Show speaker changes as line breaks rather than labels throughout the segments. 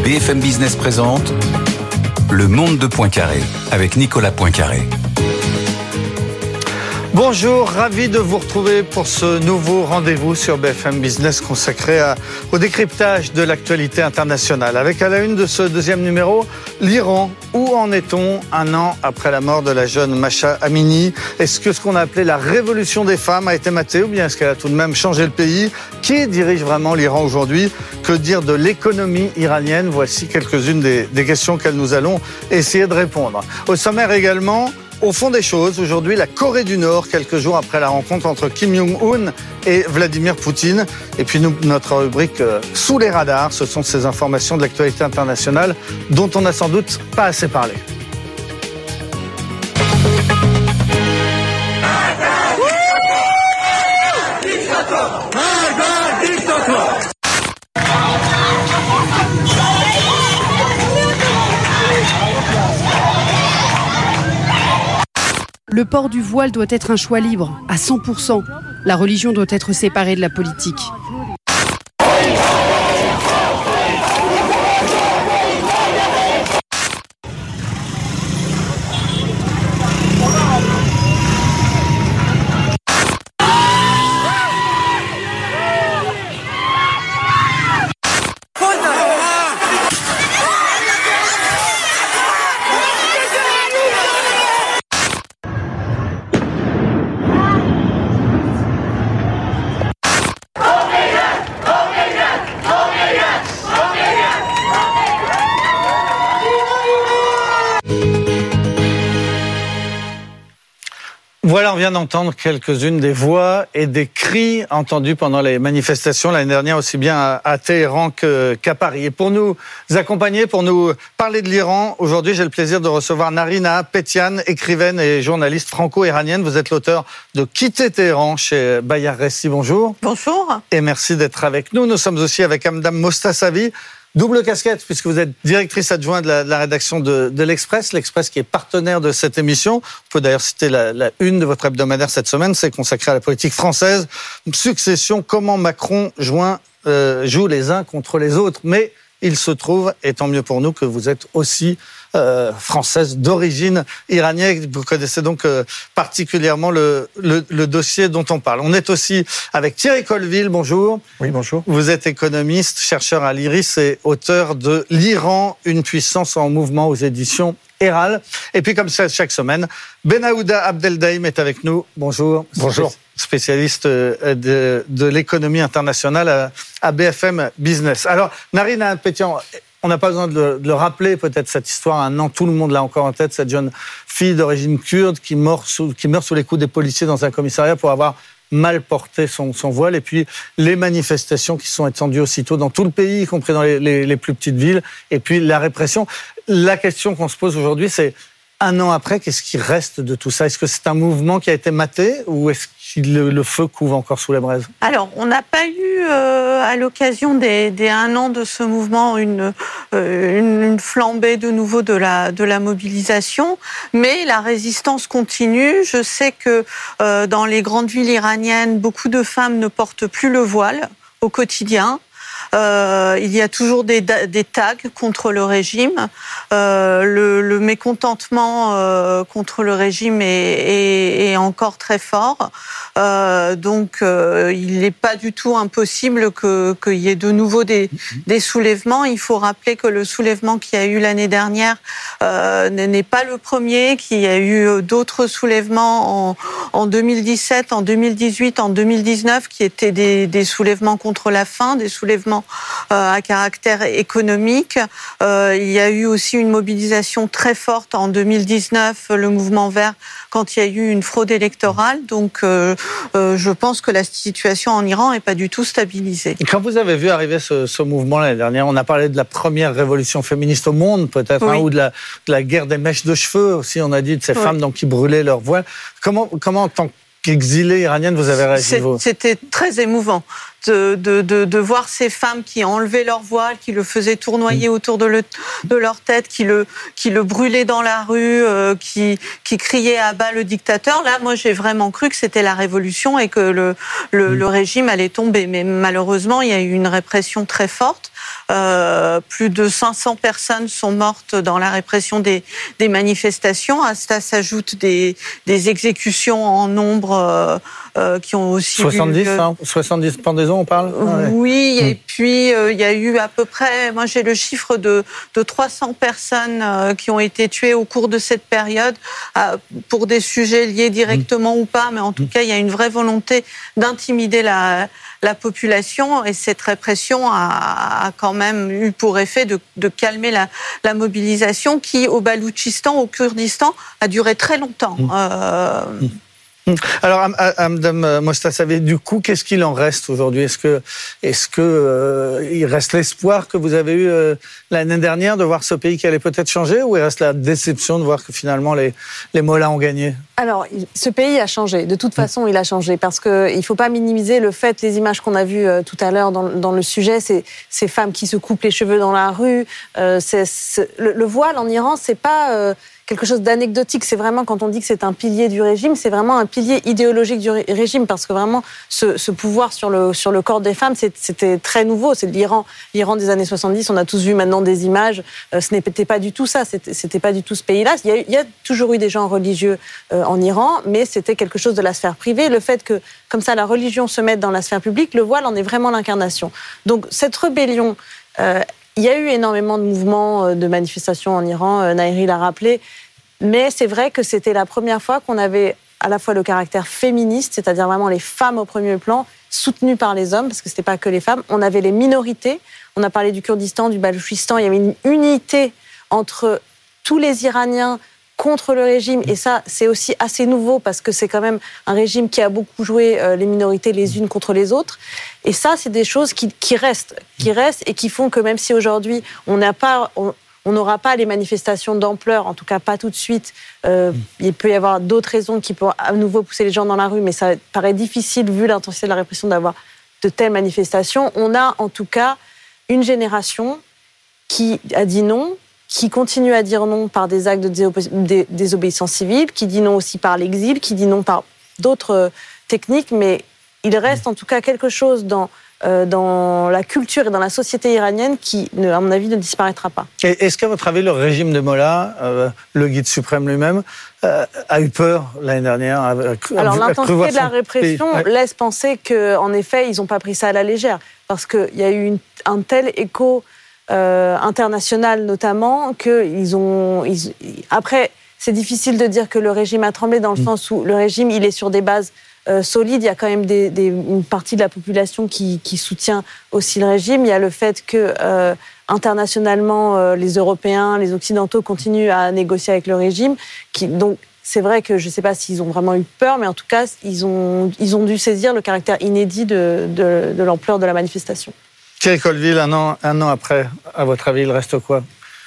BFM Business présente Le Monde de Poincaré avec Nicolas Poincaré.
Bonjour, ravi de vous retrouver pour ce nouveau rendez-vous sur BFM Business consacré au décryptage de l'actualité internationale. Avec à la une de ce deuxième numéro, l'Iran. Où en est-on un an après la mort de la jeune Mahsa Amini? Est-ce que ce qu'on a appelé la révolution des femmes a été matée ou bien est-ce qu'elle a tout de même changé le pays? Qui dirige vraiment l'Iran aujourd'hui? Que dire de l'économie iranienne? Voici quelques-unes des questions qu'elles nous allons essayer de répondre. Au sommaire également, au fond des choses, aujourd'hui, la Corée du Nord, quelques jours après la rencontre entre Kim Jong-un et Vladimir Poutine. Et puis notre rubrique Sous les radars, ce sont ces informations de l'actualité internationale dont on n'a sans doute pas assez parlé.
Le port du voile doit être un choix libre, à 100%. La religion doit être séparée de la politique.
Voilà, on vient d'entendre quelques-unes des voix et des cris entendus pendant les manifestations l'année dernière, aussi bien à Téhéran qu'à Paris. Et pour nous accompagner, pour nous parler de l'Iran, aujourd'hui j'ai le plaisir de recevoir Narina Apetian, écrivaine et journaliste franco-iranienne. Vous êtes l'auteur de Quitter Téhéran chez Bayard Rustin. Bonjour.
Bonjour.
Et merci d'être avec nous. Nous sommes aussi avec Amdam Mostasavi. Double casquette, puisque vous êtes directrice adjointe de la rédaction de l'Express, l'Express qui est partenaire de cette émission. On peut d'ailleurs citer la une de votre hebdomadaire cette semaine, c'est consacré à la politique française. Succession, comment Macron joue les uns contre les autres. Mais il se trouve, et tant mieux pour nous, que vous êtes aussi française d'origine iranienne. Vous connaissez donc particulièrement le dossier dont on parle. On est aussi avec Thierry Colville. Bonjour.
Oui, bonjour.
Vous êtes économiste, chercheur à l'IRIS et auteur de L'Iran, une puissance en mouvement aux éditions Eral. Et puis comme ça, chaque semaine, Benaouda Abdeldaïm est avec nous. Bonjour.
Bonjour.
Spécialiste de l'économie internationale à BFM Business. Alors, Narina Apetian, on n'a pas besoin de le rappeler, peut-être, cette histoire. Un an, tout le monde l'a encore en tête, cette jeune fille d'origine kurde qui meurt sous les coups des policiers dans un commissariat pour avoir mal porté son voile. Et puis, les manifestations qui sont étendues aussitôt dans tout le pays, y compris dans les plus petites villes. Et puis, la répression. La question qu'on se pose aujourd'hui, c'est un an après, qu'est-ce qui reste de tout ça? Est-ce que c'est un mouvement qui a été maté ou est-ce que le feu couve encore sous les braises?
Alors, on n'a pas eu, à l'occasion des 1 an de ce mouvement, une flambée de nouveau de la mobilisation, mais la résistance continue. Je sais que dans les grandes villes iraniennes, beaucoup de femmes ne portent plus le voile au quotidien. Il y a toujours des tags contre le régime. Le mécontentement contre le régime est encore très fort. Donc, il n'est pas du tout impossible qu'il y ait de nouveau des soulèvements. Il faut rappeler que le soulèvement qu'il y a eu l'année dernière n'est pas le premier, qu'il y a eu d'autres soulèvements en 2017, en 2018, en 2019, qui étaient des soulèvements contre la faim, des soulèvements à caractère économique. Il y a eu aussi une mobilisation très forte en 2019, le mouvement vert, quand il y a eu une fraude électorale. Donc, je pense que la situation en Iran n'est pas du tout stabilisée.
Et quand vous avez vu arriver ce mouvement l'année dernière, on a parlé de la première révolution féministe au monde, peut-être, oui. Ou de la guerre des mèches de cheveux aussi, on a dit, de ces femmes donc, qui brûlaient leur voile. Comment en tant qu'exilée iranienne, vous avez réagi?
C'était très émouvant. de voir ces femmes qui enlevaient leur voile, qui le faisaient tournoyer autour de leur tête, qui le brûlaient dans la rue, qui criaient à bas le dictateur. Là, moi, j'ai vraiment cru que c'était la révolution et que le régime allait tomber. Mais malheureusement, il y a eu une répression très forte. Plus de 500 personnes sont mortes dans la répression des manifestations. À cela s'ajoutent des exécutions en nombre qui ont aussi
70 pendaisons, on parle.
Oui, et puis il y a eu à peu près, moi j'ai le chiffre de 300 personnes qui ont été tuées au cours de cette période pour des sujets liés directement ou pas, mais en tout cas il y a une vraie volonté d'intimider la population, et cette répression a quand même eu pour effet de calmer la mobilisation qui, au Baloutchistan, au Kurdistan, a duré très longtemps.
Alors, à Mme Mostasavi, du coup, qu'est-ce qu'il en reste aujourd'hui ? Est-ce que il reste l'espoir que vous avez eu l'année dernière de voir ce pays qui allait peut-être changer, ou il reste la déception de voir que finalement les mollahs ont gagné ?
Alors, ce pays a changé. De toute façon, il a changé. Parce qu'il ne faut pas minimiser le fait, les images qu'on a vues tout à l'heure dans le sujet, ces femmes qui se coupent les cheveux dans la rue. Le voile en Iran, c'est pas quelque chose d'anecdotique. C'est vraiment, quand on dit que c'est un pilier du régime, c'est vraiment un pilier idéologique du régime. Parce que vraiment, ce pouvoir sur le corps des femmes, c'était très nouveau. C'est l'Iran des années 70. On a tous vu maintenant des images. Ce n'était pas du tout ça. C'était pas du tout ce pays-là. Il y a toujours eu des gens religieux en Iran, mais c'était quelque chose de la sphère privée. Le fait que, comme ça, la religion se mette dans la sphère publique, le voile en est vraiment l'incarnation. Donc, cette rébellion, il y a eu énormément de mouvements, de manifestations en Iran, Nahiri l'a rappelé, mais c'est vrai que c'était la première fois qu'on avait à la fois le caractère féministe, c'est-à-dire vraiment les femmes au premier plan, soutenues par les hommes, parce que c'était pas que les femmes. On avait les minorités, on a parlé du Kurdistan, du Baloutchistan, il y avait une unité entre tous les Iraniens contre le régime, et ça, c'est aussi assez nouveau, parce que c'est quand même un régime qui a beaucoup joué les minorités les unes contre les autres. Et ça, c'est des choses qui restent et qui font que même si aujourd'hui, on n'aura pas les manifestations d'ampleur, en tout cas pas tout de suite, il peut y avoir d'autres raisons qui peuvent à nouveau pousser les gens dans la rue, mais ça paraît difficile, vu l'intensité de la répression, d'avoir de telles manifestations. On a en tout cas une génération qui a dit non, qui continue à dire non par des actes de désobéissance civile, qui dit non aussi par l'exil, qui dit non par d'autres techniques, mais il reste en tout cas quelque chose dans la culture et dans la société iranienne qui, à mon avis, ne disparaîtra pas.
Et est-ce qu'à votre avis, le régime de Mollah, le guide suprême lui-même, a eu peur l'année dernière?
Alors l'intensité de la répression laisse penser qu'en effet, ils n'ont pas pris ça à la légère, parce qu'il y a eu un tel écho international notamment, après, c'est difficile de dire que le régime a tremblé, dans le sens où le régime, il est sur des bases solides. Il y a quand même une partie de la population qui soutient aussi le régime. Il y a le fait que internationalement, les Européens, les Occidentaux continuent à négocier avec le régime. Donc, c'est vrai que je ne sais pas s'ils ont vraiment eu peur, mais en tout cas, ils ont dû saisir le caractère inédit de l'ampleur de la manifestation.
Thierry Colville, un an après, à votre avis, il reste quoi?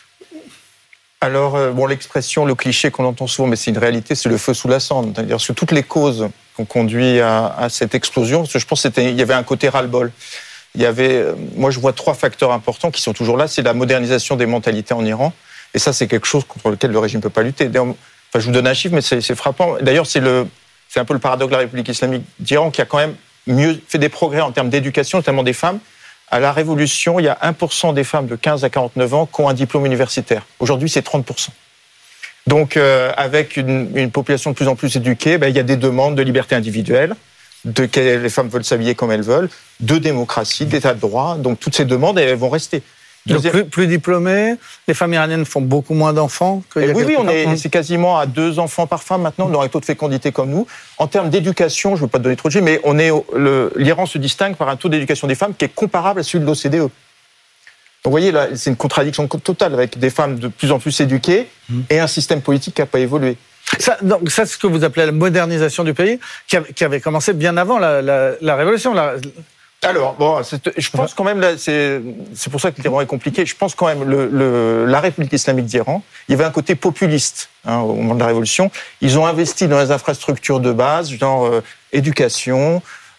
Alors, l'expression, le cliché qu'on entend souvent, mais c'est une réalité, c'est le feu sous la cendre. C'est-à-dire que toutes les causes qui ont conduit à cette explosion, parce que je pense qu'il y avait un côté ras-le-bol. Moi, je vois 3 facteurs importants qui sont toujours là. C'est la modernisation des mentalités en Iran. Et ça, c'est quelque chose contre lequel le régime ne peut pas lutter. Enfin, je vous donne un chiffre, mais c'est frappant. D'ailleurs, c'est un peu le paradoxe de la République islamique d'Iran, qui a quand même fait des progrès en termes d'éducation, notamment des femmes. À la Révolution, il y a 1% des femmes de 15 à 49 ans qui ont un diplôme universitaire. Aujourd'hui, c'est 30%. Donc, avec une population de plus en plus éduquée, il y a des demandes de liberté individuelle, que les femmes veulent s'habiller comme elles veulent, de démocratie, d'état de droit. Donc, toutes ces demandes, elles vont rester.
Donc, plus diplômés, les femmes iraniennes font beaucoup moins d'enfants qu'il y a quelques temps.
C'est quasiment à 2 enfants par femme maintenant, on aurait un taux de fécondité comme nous. En termes d'éducation, je ne veux pas te donner trop de chiffres, mais l'Iran se distingue par un taux d'éducation des femmes qui est comparable à celui de l'OCDE. Donc vous voyez, là, c'est une contradiction totale, avec des femmes de plus en plus éduquées et un système politique qui n'a pas évolué.
Ça, c'est ce que vous appelez la modernisation du pays, qui avait commencé bien avant la Révolution.
Alors, je pense quand même, c'est pour ça que l'Iran est compliqué, je pense quand même la République islamique d'Iran, il y avait un côté populiste au moment de la Révolution. Ils ont investi dans les infrastructures de base, genre éducation,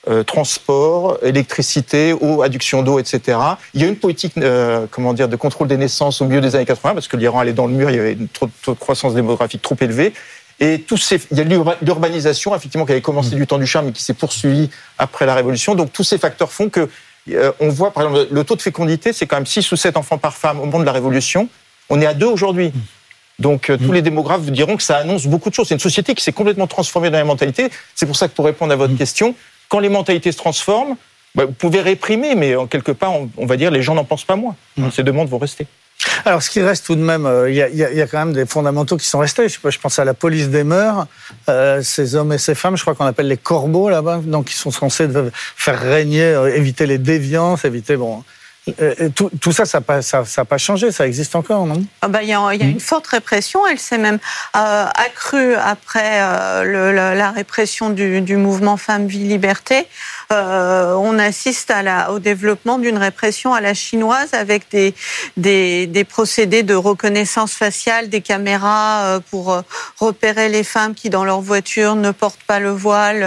transport, électricité, eau, adduction d'eau, etc. Il y a une politique de contrôle des naissances au milieu des années 80, parce que l'Iran allait dans le mur, il y avait une croissance démographique trop élevée. Et il y a l'urbanisation, effectivement, qui avait commencé du temps du Shah, mais qui s'est poursuivie après la Révolution. Donc tous ces facteurs font que on voit, par exemple, le taux de fécondité, c'est quand même 6 ou 7 enfants par femme au moment de la Révolution. On est à 2 aujourd'hui. Donc tous les démographes vous diront que ça annonce beaucoup de choses. C'est une société qui s'est complètement transformée dans les mentalités. C'est pour ça que, pour répondre à votre question, quand les mentalités se transforment, vous pouvez réprimer, mais en quelque part, on va dire, les gens n'en pensent pas moins. Ces demandes vont rester.
Alors, ce qui reste tout de même, il y a quand même des fondamentaux qui sont restés. Je pense à la police des mœurs, ces hommes et ces femmes, je crois qu'on appelle les corbeaux là-bas, donc ils sont censés faire régner, éviter les déviances, éviter tout ça, ça n'a pas changé, ça existe encore, non ?
Il y a une forte répression, elle s'est même accrue après la répression du mouvement Femmes, Vie, Liberté. On assiste au développement d'une répression à la chinoise avec des procédés de reconnaissance faciale, des caméras pour repérer les femmes qui, dans leur voiture, ne portent pas le voile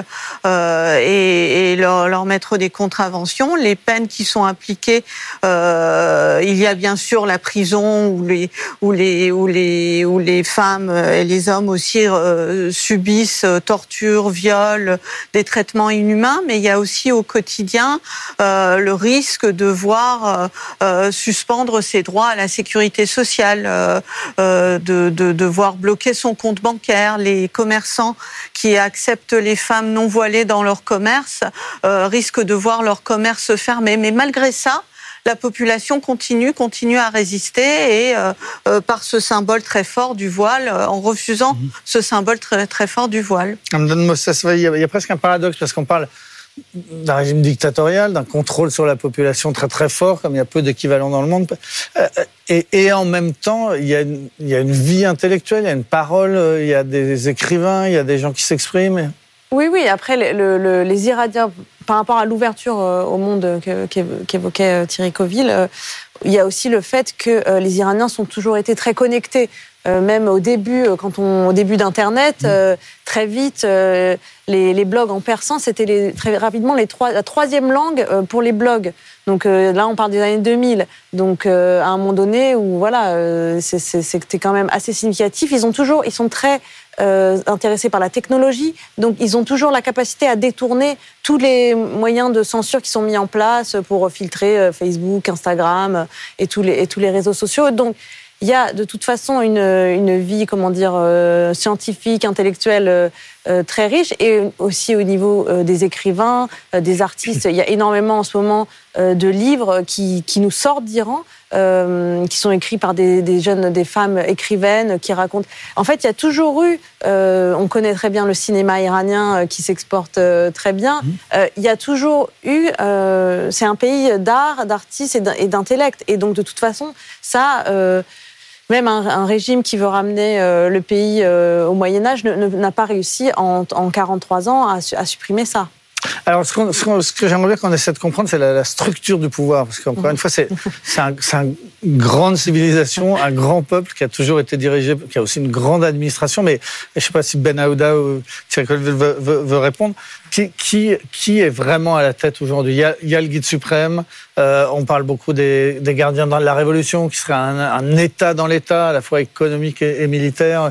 et leur mettre des contraventions. Les peines qui sont appliquées, il y a bien sûr la prison où les femmes et les hommes aussi subissent torture, viol, des traitements inhumains, mais il y a aussi au quotidien le risque de voir suspendre ses droits à la sécurité sociale, de voir bloquer son compte bancaire. Les commerçants qui acceptent les femmes non voilées dans leur commerce risquent de voir leur commerce fermer. Mais malgré ça, la population continue à résister et par ce symbole très fort du voile, en refusant ce symbole très, très fort du voile.
Il y a presque un paradoxe parce qu'on parle d'un régime dictatorial, d'un contrôle sur la population très très fort, comme il y a peu d'équivalents dans le monde. Et en même temps, il y a une vie intellectuelle, il y a une parole, il y a des écrivains, il y a des gens qui s'expriment.
Oui. Après, les Iraniens, par rapport à l'ouverture au monde qu'évoquait Thierry Coville, il y a aussi le fait que les Iraniens ont toujours été très connectés. Même au début, au début d'Internet, très vite, les blogs en persan, c'était très rapidement la troisième langue pour les blogs. Donc là, on parle des années 2000. Donc à un moment donné, où voilà, c'était quand même assez significatif. Ils sont très intéressés par la technologie, donc ils ont toujours la capacité à détourner tous les moyens de censure qui sont mis en place pour filtrer Facebook, Instagram et tous les réseaux sociaux. Donc il y a de toute façon une vie, scientifique, intellectuelle très riche, et aussi au niveau des écrivains, des artistes. Il y a énormément en ce moment de livres qui nous sortent d'Iran, qui sont écrits par des femmes écrivaines qui racontent. En fait, il y a toujours eu, on connaît très bien le cinéma iranien qui s'exporte très bien. Il y a toujours eu, c'est un pays d'art, d'artistes et d'intellect, et donc de toute façon, ça. Même un régime qui veut ramener le pays au Moyen-Âge n'a pas réussi en 43 ans à supprimer ça.
Alors, ce que j'aimerais bien qu'on essaie de comprendre, c'est la structure du pouvoir. Parce qu'encore une fois, c'est une grande civilisation, un grand peuple qui a toujours été dirigé, qui a aussi une grande administration. Mais je ne sais pas si Ben Aouda ou Thierry Coville veut répondre. Qui est vraiment à la tête aujourd'hui ? Il y a le guide suprême. On parle beaucoup des gardiens de la Révolution, qui serait un État dans l'État, à la fois économique et militaire.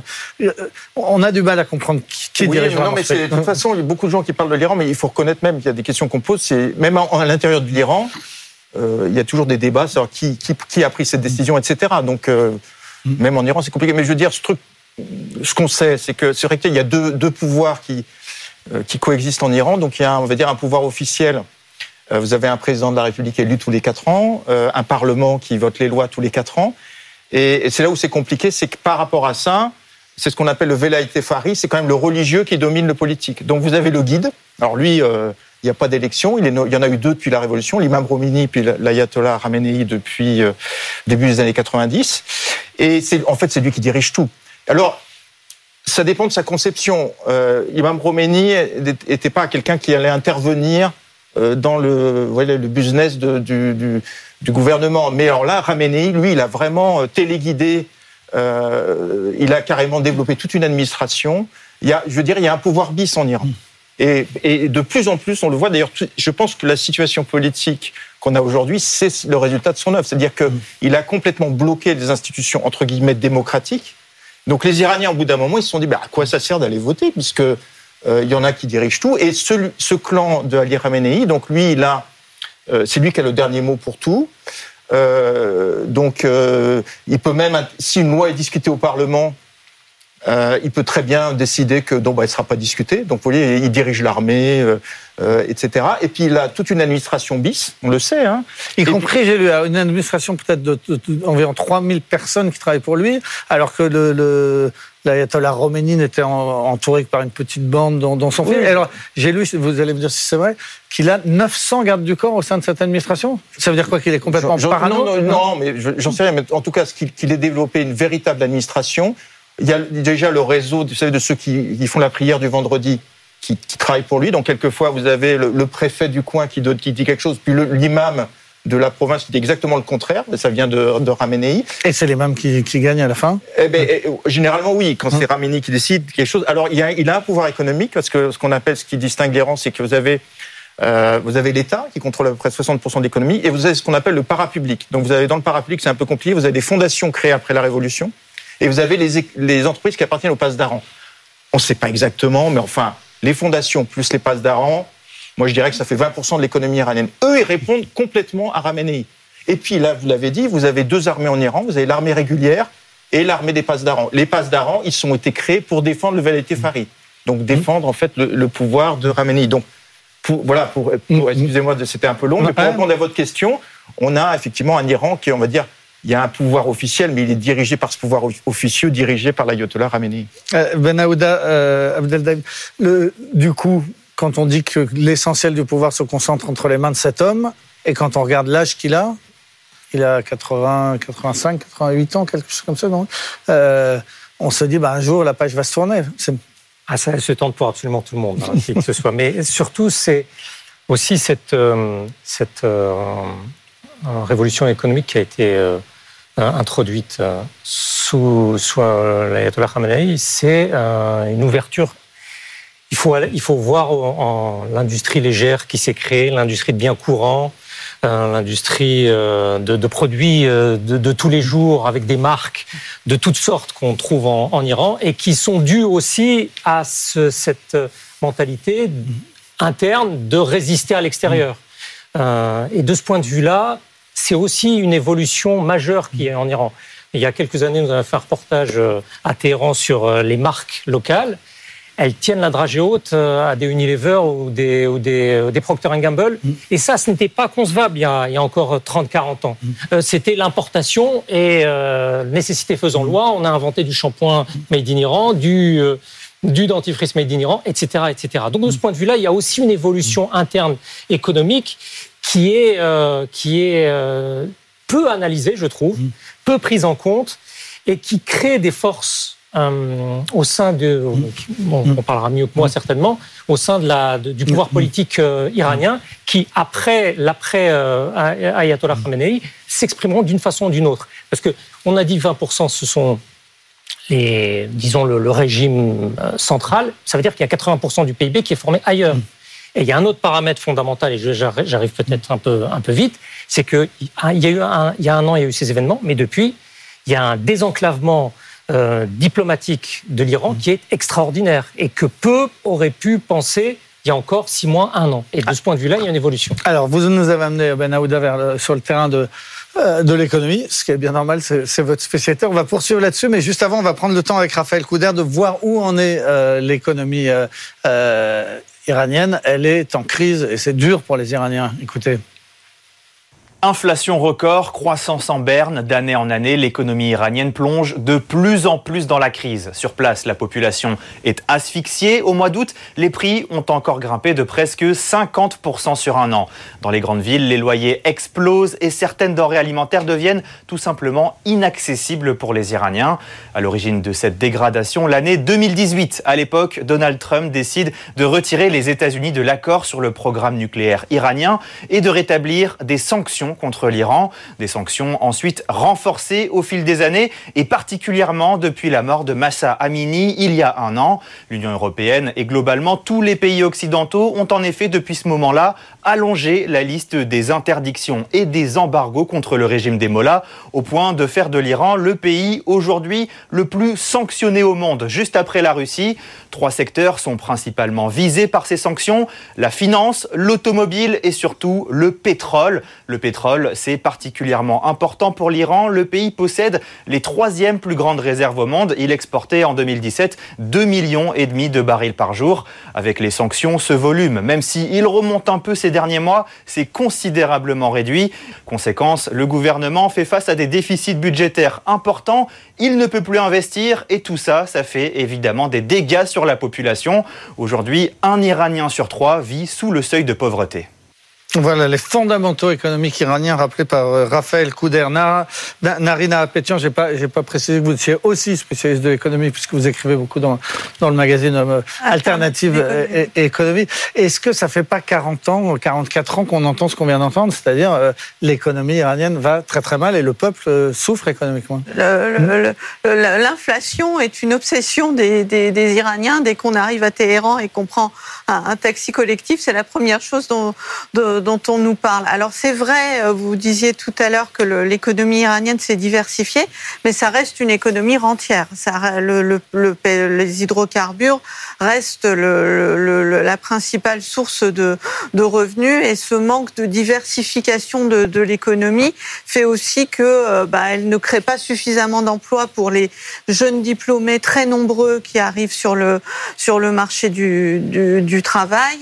On a du mal à comprendre qui dirige vraiment ce pays.
De toute façon, il y a beaucoup de gens qui parlent de l'Iran, mais il faut reconnaître même qu'il y a des questions qu'on pose. Même à l'intérieur de l'Iran, il y a toujours des débats sur qui a pris cette décision, etc. Donc, même en Iran, c'est compliqué. Mais je veux dire, ce qu'on sait, c'est vrai qu'il y a deux pouvoirs qui coexistent en Iran. Donc, il y a, on va dire, un pouvoir officiel. Vous avez un président de la République élu tous les 4 ans, un parlement qui vote les lois tous les 4 ans. Et c'est là où c'est compliqué, c'est que par rapport à ça, c'est ce qu'on appelle le Velayet Fari, c'est quand même le religieux qui domine le politique. Donc vous avez le guide. Alors lui, il n'y a pas d'élection, il y en a eu 2 depuis la Révolution, l'imam Khomeini puis l'ayatollah Khamenei depuis début des années 90. Et c'est lui qui dirige tout. Alors, ça dépend de sa conception. L'imam Khomeini n'était pas quelqu'un qui allait intervenir dans le business du gouvernement. Mais alors là, Khamenei, lui, il a vraiment téléguidé, il a carrément développé toute une administration. Il y a un pouvoir bis en Iran. Et de plus en plus, on le voit. D'ailleurs, je pense que la situation politique qu'on a aujourd'hui, c'est le résultat de son œuvre. C'est-à-dire qu'il a complètement bloqué les institutions, entre guillemets, démocratiques. Donc les Iraniens, au bout d'un moment, ils se sont dit à quoi ça sert d'aller voter, puisque il y en a qui dirigent tout. Et ce clan de Ali Khamenei, donc lui, c'est lui qui a le dernier mot pour tout. Donc il peut même, si une loi est discutée au Parlement, il peut très bien décider que elle ne sera pas discutée. Donc, vous voyez, il dirige l'armée, etc. Et puis, il a toute une administration bis, on le sait. Hein.
Y compris, j'ai lu, une administration peut-être d'environ 3000 personnes qui travaillent pour lui, alors que l'ayatollah Khomeini était entouré par une petite bande dans son film. Alors, j'ai lu, vous allez me dire si c'est vrai, qu'il a 900 gardes du corps au sein de cette administration. Ça veut dire quoi, qu'il est complètement parano?
Non, mais j'en sais rien. Mais en tout cas, qu'il ait développé une véritable administration. Il y a déjà le réseau, vous savez, de ceux qui font la prière du vendredi, qui travaillent pour lui. Donc, quelquefois, vous avez le préfet du coin qui dit quelque chose, puis l'imam de la province qui dit exactement le contraire. Ça vient de Khamenei. Et
c'est l'imam qui gagne à la fin?
Généralement, oui, quand c'est Khamenei qui décide quelque chose. Alors, il a un pouvoir économique, parce que ce qui distingue les rangs, c'est que vous avez l'État qui contrôle à peu près 60% de l'économie, et vous avez ce qu'on appelle le parapublic. Donc, vous avez dans le parapublic, c'est un peu compliqué, vous avez des fondations créées après la Révolution, et vous avez les entreprises qui appartiennent aux passedaran. On ne sait pas exactement, mais enfin, les fondations plus les passedaran, moi je dirais que ça fait 20% de l'économie iranienne. Eux, ils répondent complètement à Khamenei. Et puis là, vous l'avez dit, vous avez deux armées en Iran, vous avez l'armée régulière et l'armée des passedaran. Les passedaran, ils ont été créés pour défendre le Velayat Fari, donc défendre en fait le pouvoir de Khamenei. Donc, excusez-moi, c'était un peu long, mais pour répondre à votre question, on a effectivement un Iran qui, on va dire, il y a un pouvoir officiel, mais il est dirigé par ce pouvoir officieux, dirigé par l'ayatollah Khamenei.
Ben Aouda Abdeldaïm, du coup, quand on dit que l'essentiel du pouvoir se concentre entre les mains de cet homme, et quand on regarde l'âge qu'il a, il a 85, 88 ans, quelque chose comme ça, non on se dit, un jour, la page va se tourner.
Ça se tente pour absolument tout le monde, qui que ce soit. Mais surtout, c'est aussi cette révolution économique qui a été introduite sous l'ayatollah Khamenei, c'est une ouverture. Il faut voir en l'industrie légère qui s'est créée, l'industrie de biens courants, l'industrie de produits de tous les jours avec des marques de toutes sortes qu'on trouve en Iran et qui sont dues aussi à cette mentalité interne de résister à l'extérieur. Et de ce point de vue-là, c'est aussi une évolution majeure qui est en Iran. Il y a quelques années, nous avons fait un reportage à Téhéran sur les marques locales. Elles tiennent la dragée haute à des Unilever ou des Procter & Gamble. Et ça, ce n'était pas concevable il y a encore 30-40 ans. C'était l'importation et nécessité faisant loi. On a inventé du shampoing made in Iran, du dentifrice made in Iran, etc., etc. Donc, de ce point de vue-là, il y a aussi une évolution interne économique qui est peu analysée, je trouve, peu prise en compte et qui crée des forces au sein on parlera mieux que moi certainement, au sein du pouvoir politique iranien qui, après Ayatollah Khamenei, s'exprimeront d'une façon ou d'une autre. Parce qu'on a dit 20%, ce sont le régime central, ça veut dire qu'il y a 80% du PIB qui est formé ailleurs. Et il y a un autre paramètre fondamental, et j'arrive peut-être un peu vite, c'est qu'il y a un an, il y a eu ces événements, mais depuis, il y a un désenclavement diplomatique de l'Iran qui est extraordinaire et que peu auraient pu penser il y a encore 6 mois, 1 an. Et de ce point de vue-là, il y a une évolution.
Alors, vous nous avez amené, Ben Aouda, sur le terrain de l'économie, ce qui est bien normal, c'est votre spécialité. On va poursuivre là-dessus, mais juste avant, on va prendre le temps avec Raphaël Couder de voir où en est l'économie iranienne. Elle est en crise et c'est dur pour les Iraniens. Écoutez.
Inflation record, croissance en berne, d'année en année, l'économie iranienne plonge de plus en plus dans la crise. Sur place, la population est asphyxiée. Au mois d'août, les prix ont encore grimpé de presque 50% sur un an. Dans les grandes villes, les loyers explosent et certaines denrées alimentaires deviennent tout simplement inaccessibles pour les Iraniens. À l'origine de cette dégradation, l'année 2018. À l'époque, Donald Trump décide de retirer les États-Unis de l'accord sur le programme nucléaire iranien et de rétablir des sanctions sanctions contre l'Iran. Des sanctions ensuite renforcées au fil des années et particulièrement depuis la mort de Mahsa Amini il y a un an. L'Union européenne et globalement tous les pays occidentaux ont en effet depuis ce moment-là allongé la liste des interdictions et des embargos contre le régime des mollahs au point de faire de l'Iran le pays aujourd'hui le plus sanctionné au monde, juste après la Russie. 3 secteurs sont principalement visés par ces sanctions, la finance, l'automobile et surtout le pétrole. Le pétrole, c'est particulièrement important pour l'Iran. Le pays possède les 3e plus grandes réserves au monde. Il exportait en 2017 2,5 millions de barils par jour. Avec les sanctions, ce volume, même s'il remonte un peu ces derniers mois, s'est considérablement réduit. Conséquence, le gouvernement fait face à des déficits budgétaires importants. Il ne peut plus investir et tout ça, ça fait évidemment des dégâts sur la population. Aujourd'hui, un Iranien sur 3 vit sous le seuil de pauvreté.
Voilà les fondamentaux économiques iraniens rappelés par Raphaël Couder. Narina Apetian, j'ai pas précisé que vous étiez aussi spécialiste de l'économie puisque vous écrivez beaucoup dans le magazine Alternative et Économie. Est-ce que ça fait pas 40 ans, 44 ans qu'on entend ce qu'on vient d'entendre, c'est-à-dire l'économie iranienne va très très mal et le peuple souffre économiquement?
L'inflation est une obsession des Iraniens. Dès qu'on arrive à Téhéran et qu'on prend un taxi collectif, c'est la première chose dont on nous parle. Alors c'est vrai, vous disiez tout à l'heure que l'économie iranienne s'est diversifiée, mais ça reste une économie rentière. Les hydrocarbures restent la principale source de revenus et ce manque de diversification de l'économie fait aussi que elle ne crée pas suffisamment d'emplois pour les jeunes diplômés très nombreux qui arrivent sur le marché du travail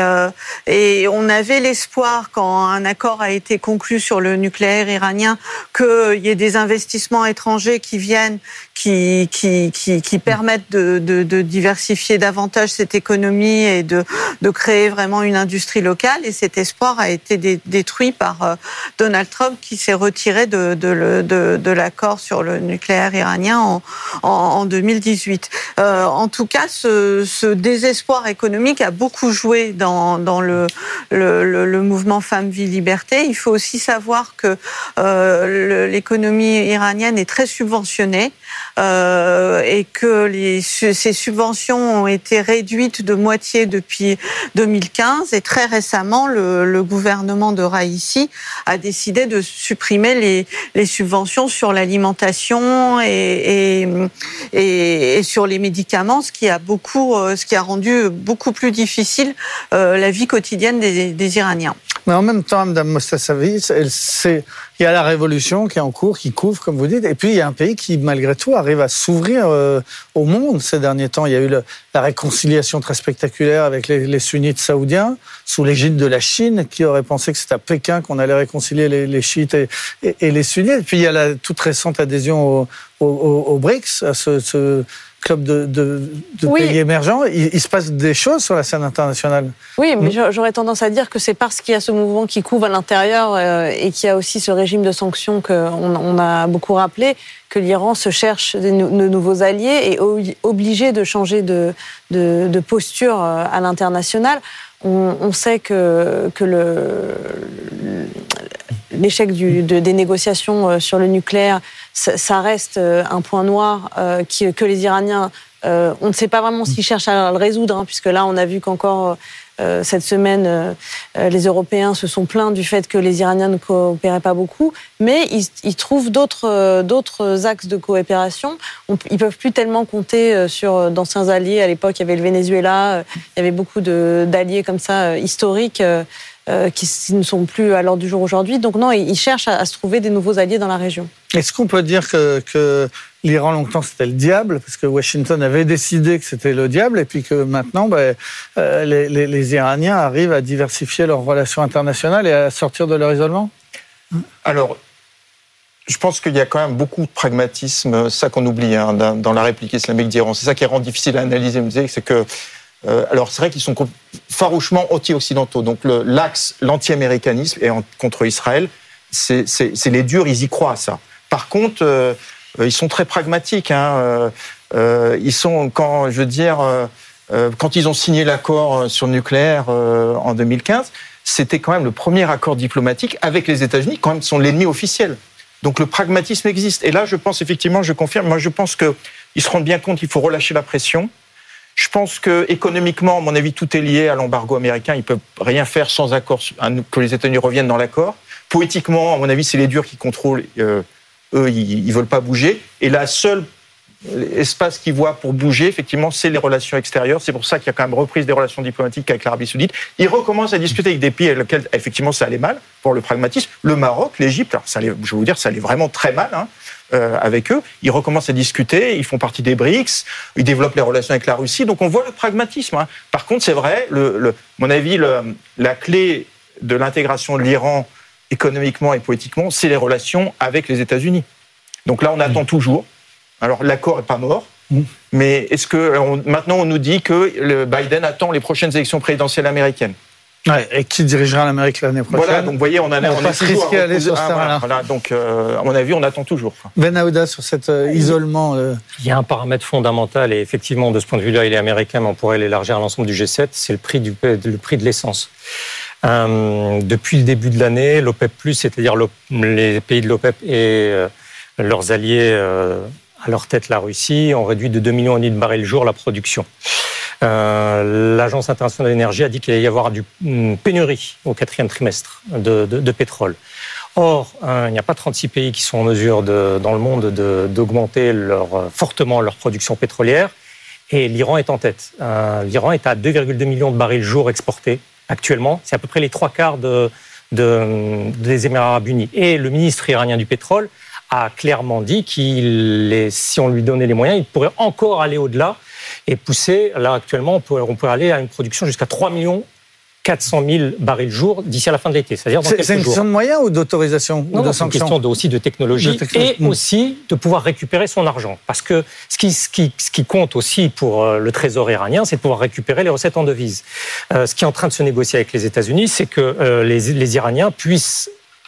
et on avait l'espoir quand un accord a été conclu sur le nucléaire iranien qu'il y ait des investissements étrangers qui viennent, qui permettent de diversifier davantage cette économie et de créer vraiment une industrie locale. Et cet espoir a été détruit par Donald Trump qui s'est retiré de l'accord sur le nucléaire iranien en 2018. En tout cas, ce désespoir économique a beaucoup joué dans le mouvement Femmes, Vie, Liberté. Il faut aussi savoir que l'économie iranienne est très subventionnée et que ces subventions ont été réduites de moitié depuis 2015 et très récemment le gouvernement de Raïssi a décidé de supprimer les subventions sur l'alimentation et sur les médicaments, ce qui a rendu beaucoup plus difficile la vie quotidienne des Iraniens.
Mais en même temps, Mme Mostasavi, il y a la révolution qui est en cours, qui couvre, comme vous dites, et puis il y a un pays qui, malgré tout, arrive à s'ouvrir au monde ces derniers temps. Il y a eu la réconciliation très spectaculaire avec les sunnites saoudiens, sous l'égide de la Chine, qui aurait pensé que c'était à Pékin qu'on allait réconcilier les chiites et les sunnites. Et puis il y a la toute récente adhésion au BRICS, à ce club de pays émergents. Il se passe des choses sur la scène internationale.
Oui, mais j'aurais tendance à dire que c'est parce qu'il y a ce mouvement qui couvre à l'intérieur et qu'il y a aussi ce régime de sanctions qu'on a beaucoup rappelé, que l'Iran se cherche de nouveaux alliés et est obligé de changer de posture à l'international. On sait que l'échec des négociations sur le nucléaire, ça reste un point noir que les Iraniens, on ne sait pas vraiment s'ils cherchent à le résoudre, puisque là, on a vu qu'encore cette semaine, les Européens se sont plaints du fait que les Iraniens ne coopéraient pas beaucoup, mais ils trouvent d'autres axes de coopération. Ils peuvent plus tellement compter sur d'anciens alliés. À l'époque, il y avait le Venezuela, il y avait beaucoup d'alliés comme ça historiques qui ne sont plus à l'ordre du jour aujourd'hui. Donc non, ils cherchent à se trouver des nouveaux alliés dans la région.
Est-ce qu'on peut dire que l'Iran, longtemps, c'était le diable, parce que Washington avait décidé que c'était le diable, et puis que maintenant, les Iraniens arrivent à diversifier leurs relations internationales et à sortir de leur isolement?
Alors, je pense qu'il y a quand même beaucoup de pragmatisme, ça qu'on oublie dans la réplique islamique d'Iran. C'est ça qui rend difficile à analyser. Vous savez, c'est que alors c'est vrai qu'ils sont farouchement anti-occidentaux. Donc l'anti-américanisme et contre Israël, c'est les durs, ils y croient à ça. Par contre, ils sont très pragmatiques. Ils sont, quand ils ont signé l'accord sur le nucléaire en 2015, c'était quand même le premier accord diplomatique avec les États-Unis, quand même sont l'ennemi officiel. Donc le pragmatisme existe. Et là, je pense effectivement, je confirme, moi je pense qu'ils se rendent bien compte qu'il faut relâcher la pression. Je pense que économiquement, à mon avis, tout est lié à l'embargo américain. Ils ne peuvent rien faire sans accord, que les États-Unis reviennent dans l'accord. Politiquement, à mon avis, c'est les durs qui contrôlent. Eux, ils ne veulent pas bouger. Et la seule espace qu'ils voient pour bouger, effectivement, c'est les relations extérieures. C'est pour ça qu'il y a quand même reprise des relations diplomatiques avec l'Arabie Saoudite. Ils recommencent à discuter avec des pays avec lesquels, effectivement, ça allait mal, pour le pragmatisme. Le Maroc, l'Égypte, alors je vais vous dire, ça allait vraiment très mal, avec eux. Ils recommencent à discuter, ils font partie des BRICS, ils développent les relations avec la Russie. Donc on voit le pragmatisme. Par contre, c'est vrai, à mon avis, la clé de l'intégration de l'Iran économiquement et politiquement, c'est les relations avec les États-Unis. Donc là, on attend toujours. Alors, l'accord n'est pas mort, mais est-ce que maintenant on nous dit que Biden attend les prochaines élections présidentielles américaines?
Ouais, et qui dirigera l'Amérique l'année prochaine?
Voilà, donc vous voyez, on est toujours
risqué d'aller sur ce terrain-là.
Voilà, donc à mon avis, on attend toujours.
Ben Aouda, sur cet isolement.
Il y a un paramètre fondamental, et effectivement, de ce point de vue-là, il est américain, mais on pourrait l'élargir à l'ensemble du G7, c'est le prix de l'essence. Depuis le début de l'année, l'OPEP+, c'est-à-dire les pays de l'OPEP et leurs alliés, à leur tête la Russie, ont réduit de 2,5 millions de barils le jour la production. L'Agence internationale de l'énergie a dit qu'il allait y avoir une pénurie au 4e trimestre de pétrole. Or, il n'y a pas 36 pays qui sont en mesure dans le monde d'augmenter fortement leur production pétrolière, et l'Iran est en tête. L'Iran est à 2,2 millions de barils le jour exportés actuellement. C'est à peu près les 3/4 des Émirats arabes unis. Et le ministre iranien du pétrole a clairement dit si on lui donnait les moyens, il pourrait encore aller au-delà et pousser. Là, actuellement, on peut aller à une production jusqu'à 3,4 millions barils jour d'ici à la fin de l'été. C'est-à-dire dans quelques jours.
C'est une question de moyens ou d'autorisation ou de sanctions?
C'est une question aussi de technologie et aussi de pouvoir récupérer son argent. Parce que ce qui compte aussi pour le trésor iranien, c'est de pouvoir récupérer les recettes en devises. Ce qui est en train de se négocier avec les États-Unis, c'est que les Iraniens puissent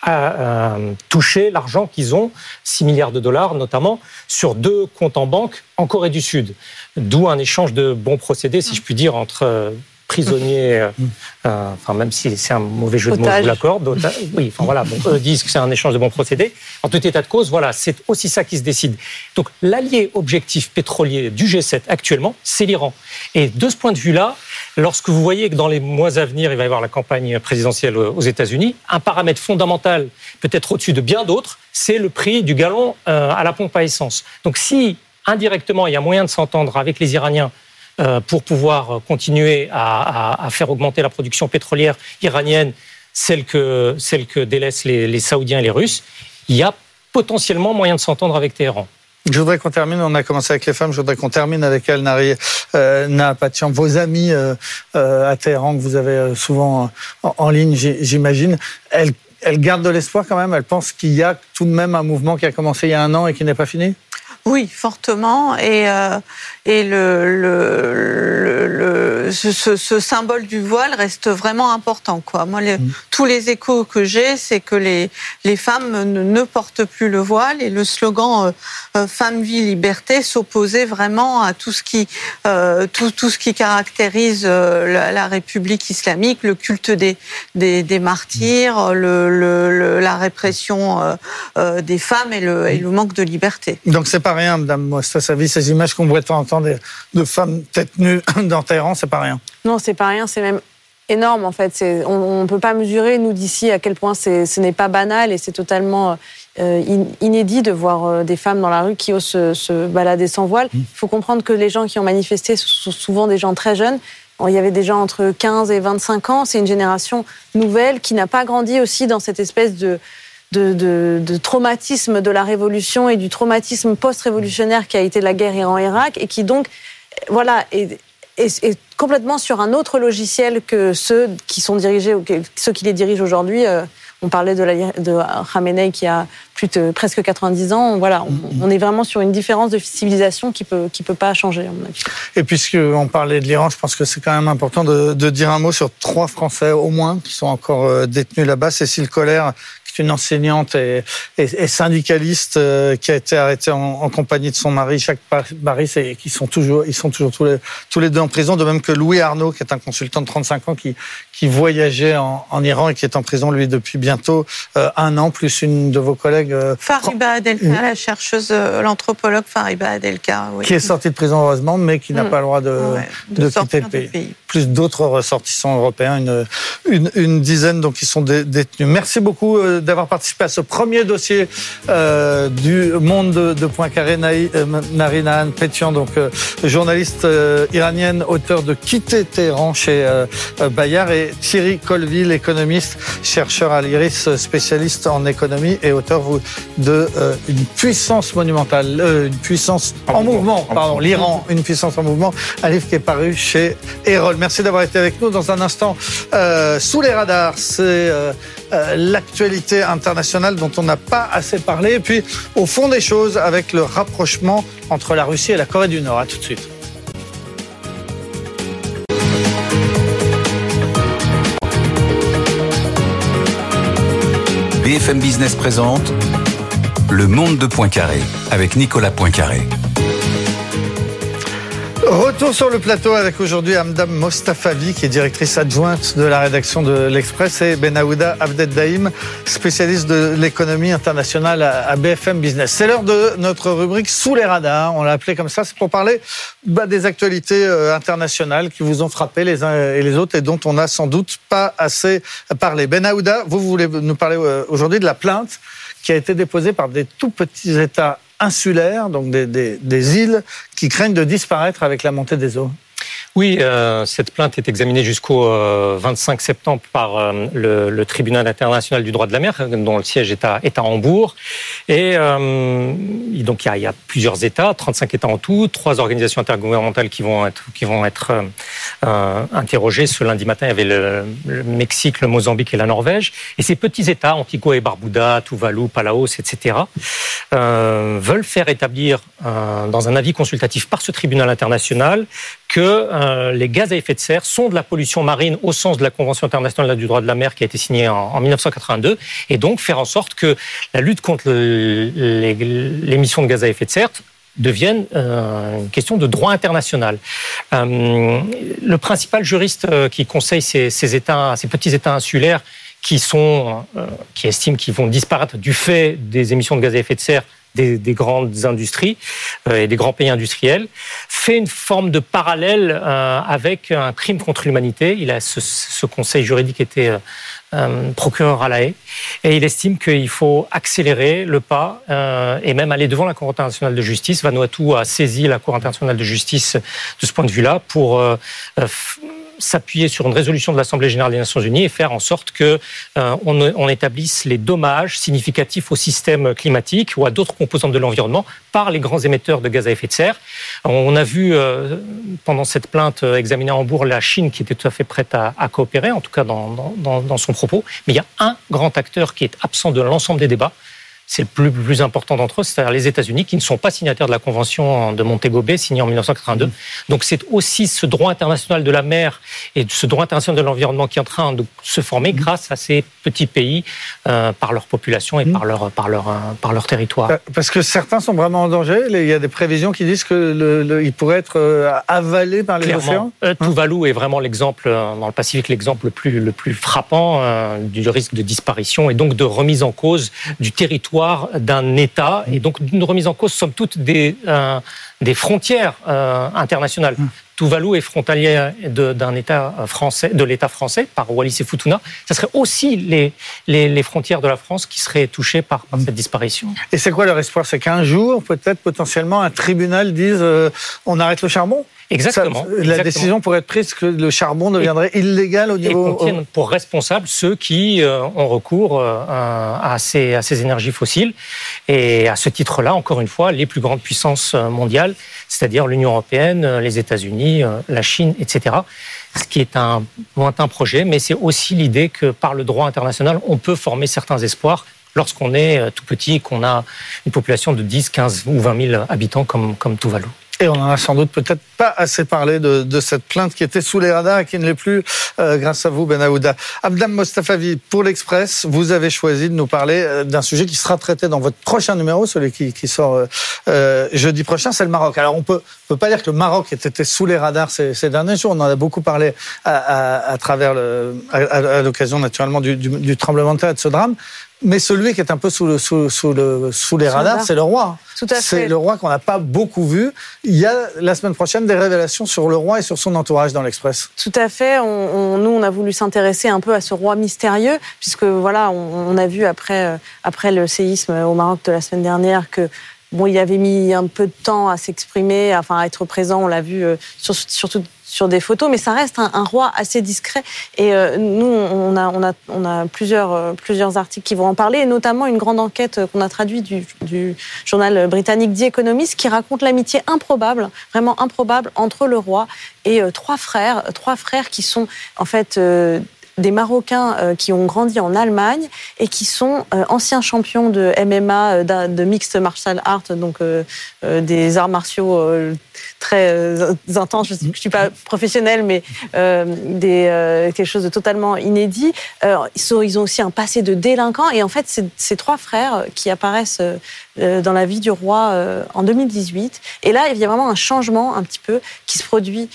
toucher l'argent qu'ils ont, 6 milliards de dollars notamment, sur 2 comptes en banque en Corée du Sud. D'où un échange de bons procédés, si je puis dire, entre prisonniers, même si c'est un mauvais jeu de mots, je vous l'accorde. Oui, eux disent que c'est un échange de bons procédés. En tout état de cause, voilà, c'est aussi ça qui se décide. Donc, l'allié objectif pétrolier du G7 actuellement, c'est l'Iran. Et de ce point de vue-là, lorsque vous voyez que dans les mois à venir, il va y avoir la campagne présidentielle aux États-Unis, un paramètre fondamental, peut-être au-dessus de bien d'autres, c'est le prix du gallon à la pompe à essence. Donc, si indirectement, il y a moyen de s'entendre avec les Iraniens pour pouvoir continuer à faire augmenter la production pétrolière iranienne, celle que délaissent les Saoudiens et les Russes, il y a potentiellement moyen de s'entendre avec Téhéran.
Je voudrais qu'on termine, on a commencé avec les femmes, je voudrais qu'on termine avec elle, Nahapatian, vos amis à Téhéran que vous avez souvent en ligne, j'imagine. Elle garde de l'espoir quand même, elle pense qu'il y a tout de même un mouvement qui a commencé il y a 1 an et qui n'est pas fini?
Oui, fortement. Et ce symbole du voile reste vraiment important, quoi. Moi, tous les échos que j'ai, c'est que les femmes ne portent plus le voile, et le slogan Femme, vie, liberté s'opposait vraiment à tout ce qui caractérise la République islamique, le culte des martyrs, la répression des femmes et le manque de liberté.
Donc c'est pas rien, Madame Mostasavi, ces images qu'on pourrait entendre de femmes tête nues dans Téhéran, c'est pas rien.
Non, c'est pas rien, c'est même énorme en fait. On ne peut pas mesurer, nous d'ici, à quel point ce n'est pas banal, et c'est totalement inédit de voir des femmes dans la rue qui osent se balader sans voile. Il faut comprendre que les gens qui ont manifesté sont souvent des gens très jeunes. Il y avait des gens entre 15 et 25 ans. C'est une génération nouvelle qui n'a pas grandi aussi dans cette espèce de traumatisme de la révolution et du traumatisme post-révolutionnaire qui a été la guerre Iran-Irak, et qui donc est complètement sur un autre logiciel que ceux qui sont dirigés, ou ceux qui les dirigent aujourd'hui. On parlait de Khamenei qui a presque 90 ans. Voilà, on est vraiment sur une différence de civilisation qui peut pas changer, à mon avis.
Et puisqu'on parlait de l'Iran, je pense que c'est quand même important de dire un mot sur 3 Français au moins qui sont encore détenus là-bas. Cécile Collère, qui c'est une enseignante et syndicaliste qui a été arrêtée en compagnie de son mari, Jacques Baris, et ils sont toujours tous les deux en prison, de même que Louis Arnaud, qui est un consultant de 35 ans qui voyageait en Iran et qui est en prison, lui, depuis bientôt 1 an, plus une de vos collègues...
Fariba Adelka, la chercheuse, l'anthropologue Fariba Adelka. Oui.
Qui est sortie de prison, heureusement, mais qui n'a pas le droit de quitter le pays. Plus d'autres ressortissants européens, une dizaine donc, qui sont détenus. Merci beaucoup d'avoir participé à ce premier dossier du Monde de Poincaré. Narinahan Pétian, donc journaliste iranienne, auteur de Quitter Téhéran chez Bayard, et Thierry Colville, économiste, chercheur à l'IRIS, spécialiste en économie et auteur de Une puissance monumentale, une puissance en mouvement, l'Iran, une puissance en mouvement, un livre qui est paru chez Erol. Merci d'avoir été avec nous. Dans un instant, sous les radars, c'est l'actualité internationale dont on n'a pas assez parlé. Et puis, au fond des choses, avec le rapprochement entre la Russie et la Corée du Nord. À tout de suite.
BFM Business présente Le Monde de Poincaré avec Nicolas Poincaré.
Retour sur le plateau avec aujourd'hui Hamdam Mostafavi, qui est directrice adjointe de la rédaction de l'Express, et Benaouda Avdeddaïm, spécialiste de l'économie internationale à BFM Business. C'est l'heure de notre rubrique Sous les radars, on l'a appelé comme ça, c'est pour parler des actualités internationales qui vous ont frappé les uns et les autres et dont on n'a sans doute pas assez parlé. Benaouda, vous voulez nous parler aujourd'hui de la plainte qui a été déposée par des tout petits États insulaires, donc des îles qui craignent de disparaître avec la montée des eaux.
Oui, cette plainte est examinée jusqu'au 25 septembre par le Tribunal international du droit de la mer, dont le siège est à Hambourg. Et donc il y a plusieurs États, 35 États en tout, 3 organisations intergouvernementales qui vont être interrogées. Ce lundi matin, il y avait le Mexique, le Mozambique et la Norvège. Et ces petits États, Antigua et Barbuda, Tuvalu, Palaos, etc., veulent faire établir dans un avis consultatif par ce tribunal international que les gaz à effet de serre sont de la pollution marine au sens de la Convention internationale du droit de la mer qui a été signée en 1982, et donc faire en sorte que la lutte contre l'émission de gaz à effet de serre devienne une question de droit international. Le principal juriste qui conseille ces petits États insulaires qui estiment qu'ils vont disparaître du fait des émissions de gaz à effet de serre des grandes industries et des grands pays industriels, fait une forme de parallèle avec un crime contre l'humanité. Il a ce conseil juridique était procureur à La Haye, et il estime qu'il faut accélérer le pas et même aller devant la Cour internationale de justice. Vanuatu a saisi la Cour internationale de justice de ce point de vue-là pour s'appuyer sur une résolution de l'Assemblée générale des Nations Unies et faire en sorte que on établisse les dommages significatifs au système climatique ou à d'autres composantes de l'environnement par les grands émetteurs de gaz à effet de serre. On a vu pendant cette plainte examinée à Hambourg la Chine qui était tout à fait prête à coopérer, en tout cas dans son propos. Mais il y a un grand acteur qui est absent de l'ensemble des débats. C'est le plus important d'entre eux, c'est-à-dire les États-Unis, qui ne sont pas signataires de la Convention de Montego Bay, signée en 1982. Donc c'est aussi ce droit international de la mer et ce droit international de l'environnement qui est en train de se former grâce à ces petits pays par leur population et par leur territoire.
Parce que certains sont vraiment en danger. Il y a des prévisions qui disent qu'ils pourraient être avalés par les océans.
Tuvalu est vraiment l'exemple, dans le Pacifique, l'exemple le plus frappant du risque de disparition et donc de remise en cause du territoire d'un État, et donc d'une remise en cause, somme toute, des frontières internationales. Tuvalu est frontalier d'un État français, de l'État français, par Wallis et Futuna. Ça serait aussi les frontières de la France qui seraient touchées par cette disparition.
Et c'est quoi leur espoir? C'est qu'un jour, peut-être, potentiellement, un tribunal dise on arrête le charbon?
Exactement.
La décision pourrait être prise que le charbon deviendrait illégal au niveau...
Et qu'on tienne pour responsables ceux qui ont recours à ces énergies fossiles. Et à ce titre-là, encore une fois, les plus grandes puissances mondiales, c'est-à-dire l'Union européenne, les États-Unis, la Chine, etc., ce qui est un lointain projet, mais c'est aussi l'idée que par le droit international, on peut former certains espoirs lorsqu'on est tout petit et qu'on a une population de 10, 15 ou 20 000 habitants comme Tuvalu.
Et on en a sans doute peut-être pas assez parlé de cette plainte qui était sous les radars et qui ne l'est plus grâce à vous, Ben Aouda. Abdam Mostafavi, pour l'Express, vous avez choisi de nous parler d'un sujet qui sera traité dans votre prochain numéro, celui qui sort jeudi prochain, c'est le Maroc. Alors on peut pas dire que le Maroc ait été sous les radars ces derniers jours. On en a beaucoup parlé à travers à l'occasion naturellement du tremblement de terre et de ce drame. Mais celui qui est un peu sous les radars, c'est le roi.
Tout à fait.
C'est le roi qu'on n'a pas beaucoup vu. Il y a la semaine prochaine des révélations sur le roi et sur son entourage dans l'Express.
Tout à fait. Nous, on a voulu s'intéresser un peu à ce roi mystérieux, puisque voilà, on a vu après le séisme au Maroc de la semaine dernière que il avait mis un peu de temps à s'exprimer, enfin à être présent. On l'a vu surtout sur des photos, mais ça reste un roi assez discret. Et nous, on a plusieurs articles qui vont en parler, et notamment une grande enquête qu'on a traduite du journal britannique The Economist, qui raconte l'amitié improbable, vraiment improbable, entre le roi et trois frères qui sont en fait des Marocains qui ont grandi en Allemagne et qui sont anciens champions de MMA, de mixed martial art, donc des arts martiaux très intenses. Je ne suis pas professionnelle, mais quelque chose de totalement inédit. Ils ont aussi un passé de délinquants. Et en fait, c'est ces trois frères qui apparaissent dans la vie du roi en 2018. Et là, il y a vraiment un changement un petit peu qui se produit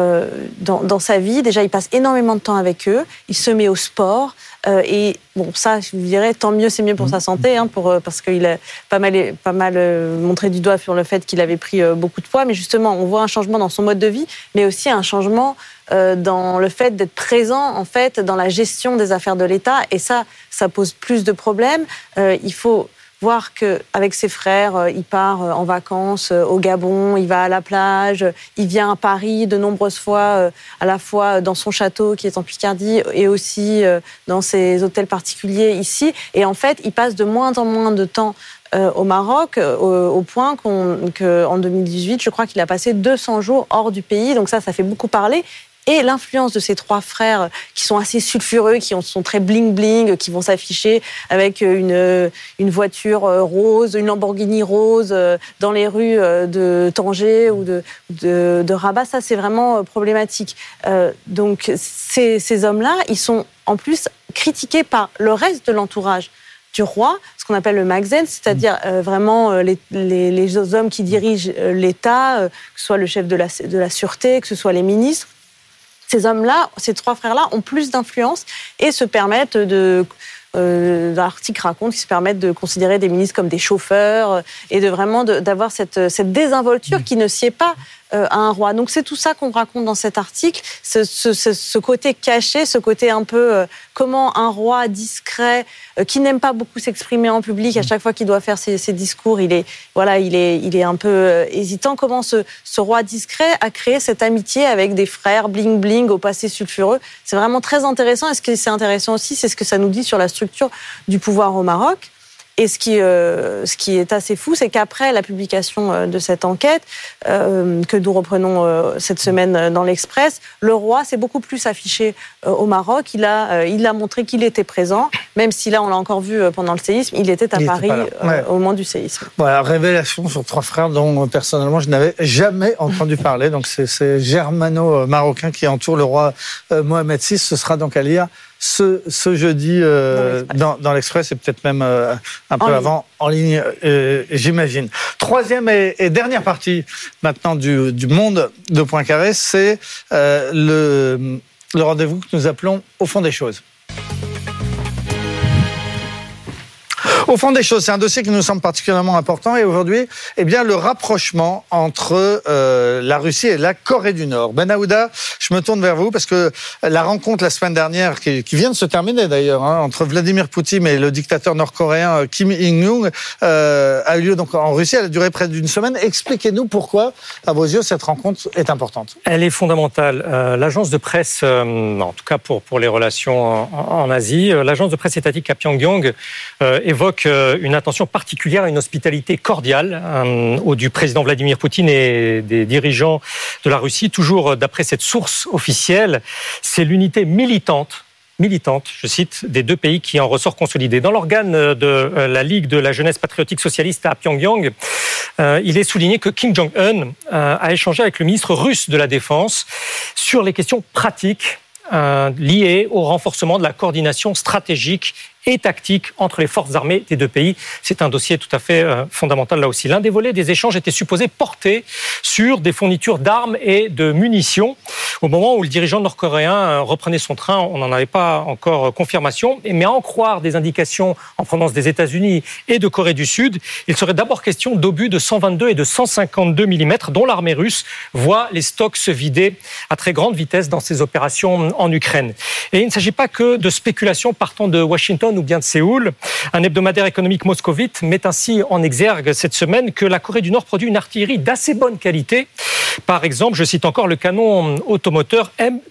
dans sa vie. Déjà, il passe énormément de temps avec eux. Il se met au sport. Et bon, ça, je vous dirais, tant mieux, c'est mieux pour sa santé, parce qu'il a pas mal montré du doigt sur le fait qu'il avait pris beaucoup de poids. Mais justement, on voit un changement dans son mode de vie, mais aussi un changement dans le fait d'être présent, en fait, dans la gestion des affaires de l'État. Et ça pose plus de problèmes. Il faut voir qu'avec ses frères, il part en vacances au Gabon, il va à la plage, il vient à Paris de nombreuses fois, à la fois dans son château qui est en Picardie et aussi dans ses hôtels particuliers ici. Et en fait, il passe de moins en moins de temps au Maroc, au point qu'en 2018, je crois qu'il a passé 200 jours hors du pays. Donc ça fait beaucoup parler. Et l'influence de ces trois frères qui sont assez sulfureux, qui sont très bling-bling, qui vont s'afficher avec une voiture rose, une Lamborghini rose dans les rues de Tanger ou de Rabat, ça c'est vraiment problématique. Donc ces hommes-là, ils sont en plus critiqués par le reste de l'entourage du roi, ce qu'on appelle le Magzen, c'est-à-dire vraiment les hommes qui dirigent l'État, que ce soit le chef de la sûreté, que ce soit les ministres. Ces hommes-là, ces trois frères-là, ont plus d'influence et se permettent l'article raconte qu'ils se permettent de considérer des ministres comme des chauffeurs et d'avoir cette désinvolture qui ne sied pas à un roi. Donc c'est tout ça qu'on raconte dans cet article, ce côté caché, ce côté un peu comment un roi discret qui n'aime pas beaucoup s'exprimer en public, à chaque fois qu'il doit faire ses discours, il est un peu hésitant. Comment ce roi discret a créé cette amitié avec des frères bling bling au passé sulfureux. C'est vraiment très intéressant. Et ce qui c'est intéressant aussi, c'est ce que ça nous dit sur la structure du pouvoir au Maroc. Et ce qui est assez fou, c'est qu'après la publication de cette enquête, que nous reprenons cette semaine dans l'Express, le roi s'est beaucoup plus affiché au Maroc. Il a montré qu'il était présent, même si là, on l'a encore vu pendant le séisme, il était à Paris au moment du séisme. Voilà,
révélation sur trois frères dont, personnellement, je n'avais jamais entendu parler. Donc, c'est ces germano-marocains qui entourent le roi Mohamed VI. Ce sera donc à lire ce jeudi dans l'Express et peut-être même un peu avant en ligne, j'imagine. Troisième et dernière partie maintenant du monde de Poincaré, c'est le rendez-vous que nous appelons Au fond des choses. Au fond des choses, c'est un dossier qui nous semble particulièrement important et aujourd'hui, le rapprochement entre la Russie et la Corée du Nord. Ben Aouda, je me tourne vers vous parce que la rencontre la semaine dernière, qui vient de se terminer d'ailleurs, entre Vladimir Poutine et le dictateur nord-coréen Kim Il-sung, a eu lieu donc en Russie. Elle a duré près d'une semaine. Expliquez-nous pourquoi, à vos yeux, cette rencontre est importante.
Elle est fondamentale. L'agence de presse, en tout cas pour les relations en Asie, l'agence de presse étatique à Pyongyang évoque une attention particulière, une hospitalité cordiale du président Vladimir Poutine et des dirigeants de la Russie. Toujours d'après cette source officielle, c'est l'unité militante militante, je cite, des deux pays qui en ressort consolidé. Dans l'organe de la Ligue de la jeunesse patriotique socialiste à Pyongyang, il est souligné que Kim Jong-un a échangé avec le ministre russe de la Défense sur les questions pratiques liées au renforcement de la coordination stratégique et tactique entre les forces armées des deux pays. C'est un dossier tout à fait fondamental là aussi. L'un des volets des échanges était supposé porter sur des fournitures d'armes et de munitions. Au moment où le dirigeant nord-coréen reprenait son train, on n'en avait pas encore confirmation. Mais à en croire des indications en provenance des États-Unis et de Corée du Sud, il serait d'abord question d'obus de 122 et de 152 mm dont l'armée russe voit les stocks se vider à très grande vitesse dans ses opérations en Ukraine. Et il ne s'agit pas que de spéculations partant de Washington ou bien de Séoul. Un hebdomadaire économique moscovite met ainsi en exergue cette semaine que la Corée du Nord produit une artillerie d'assez bonne qualité. Par exemple, je cite encore le canon automoteur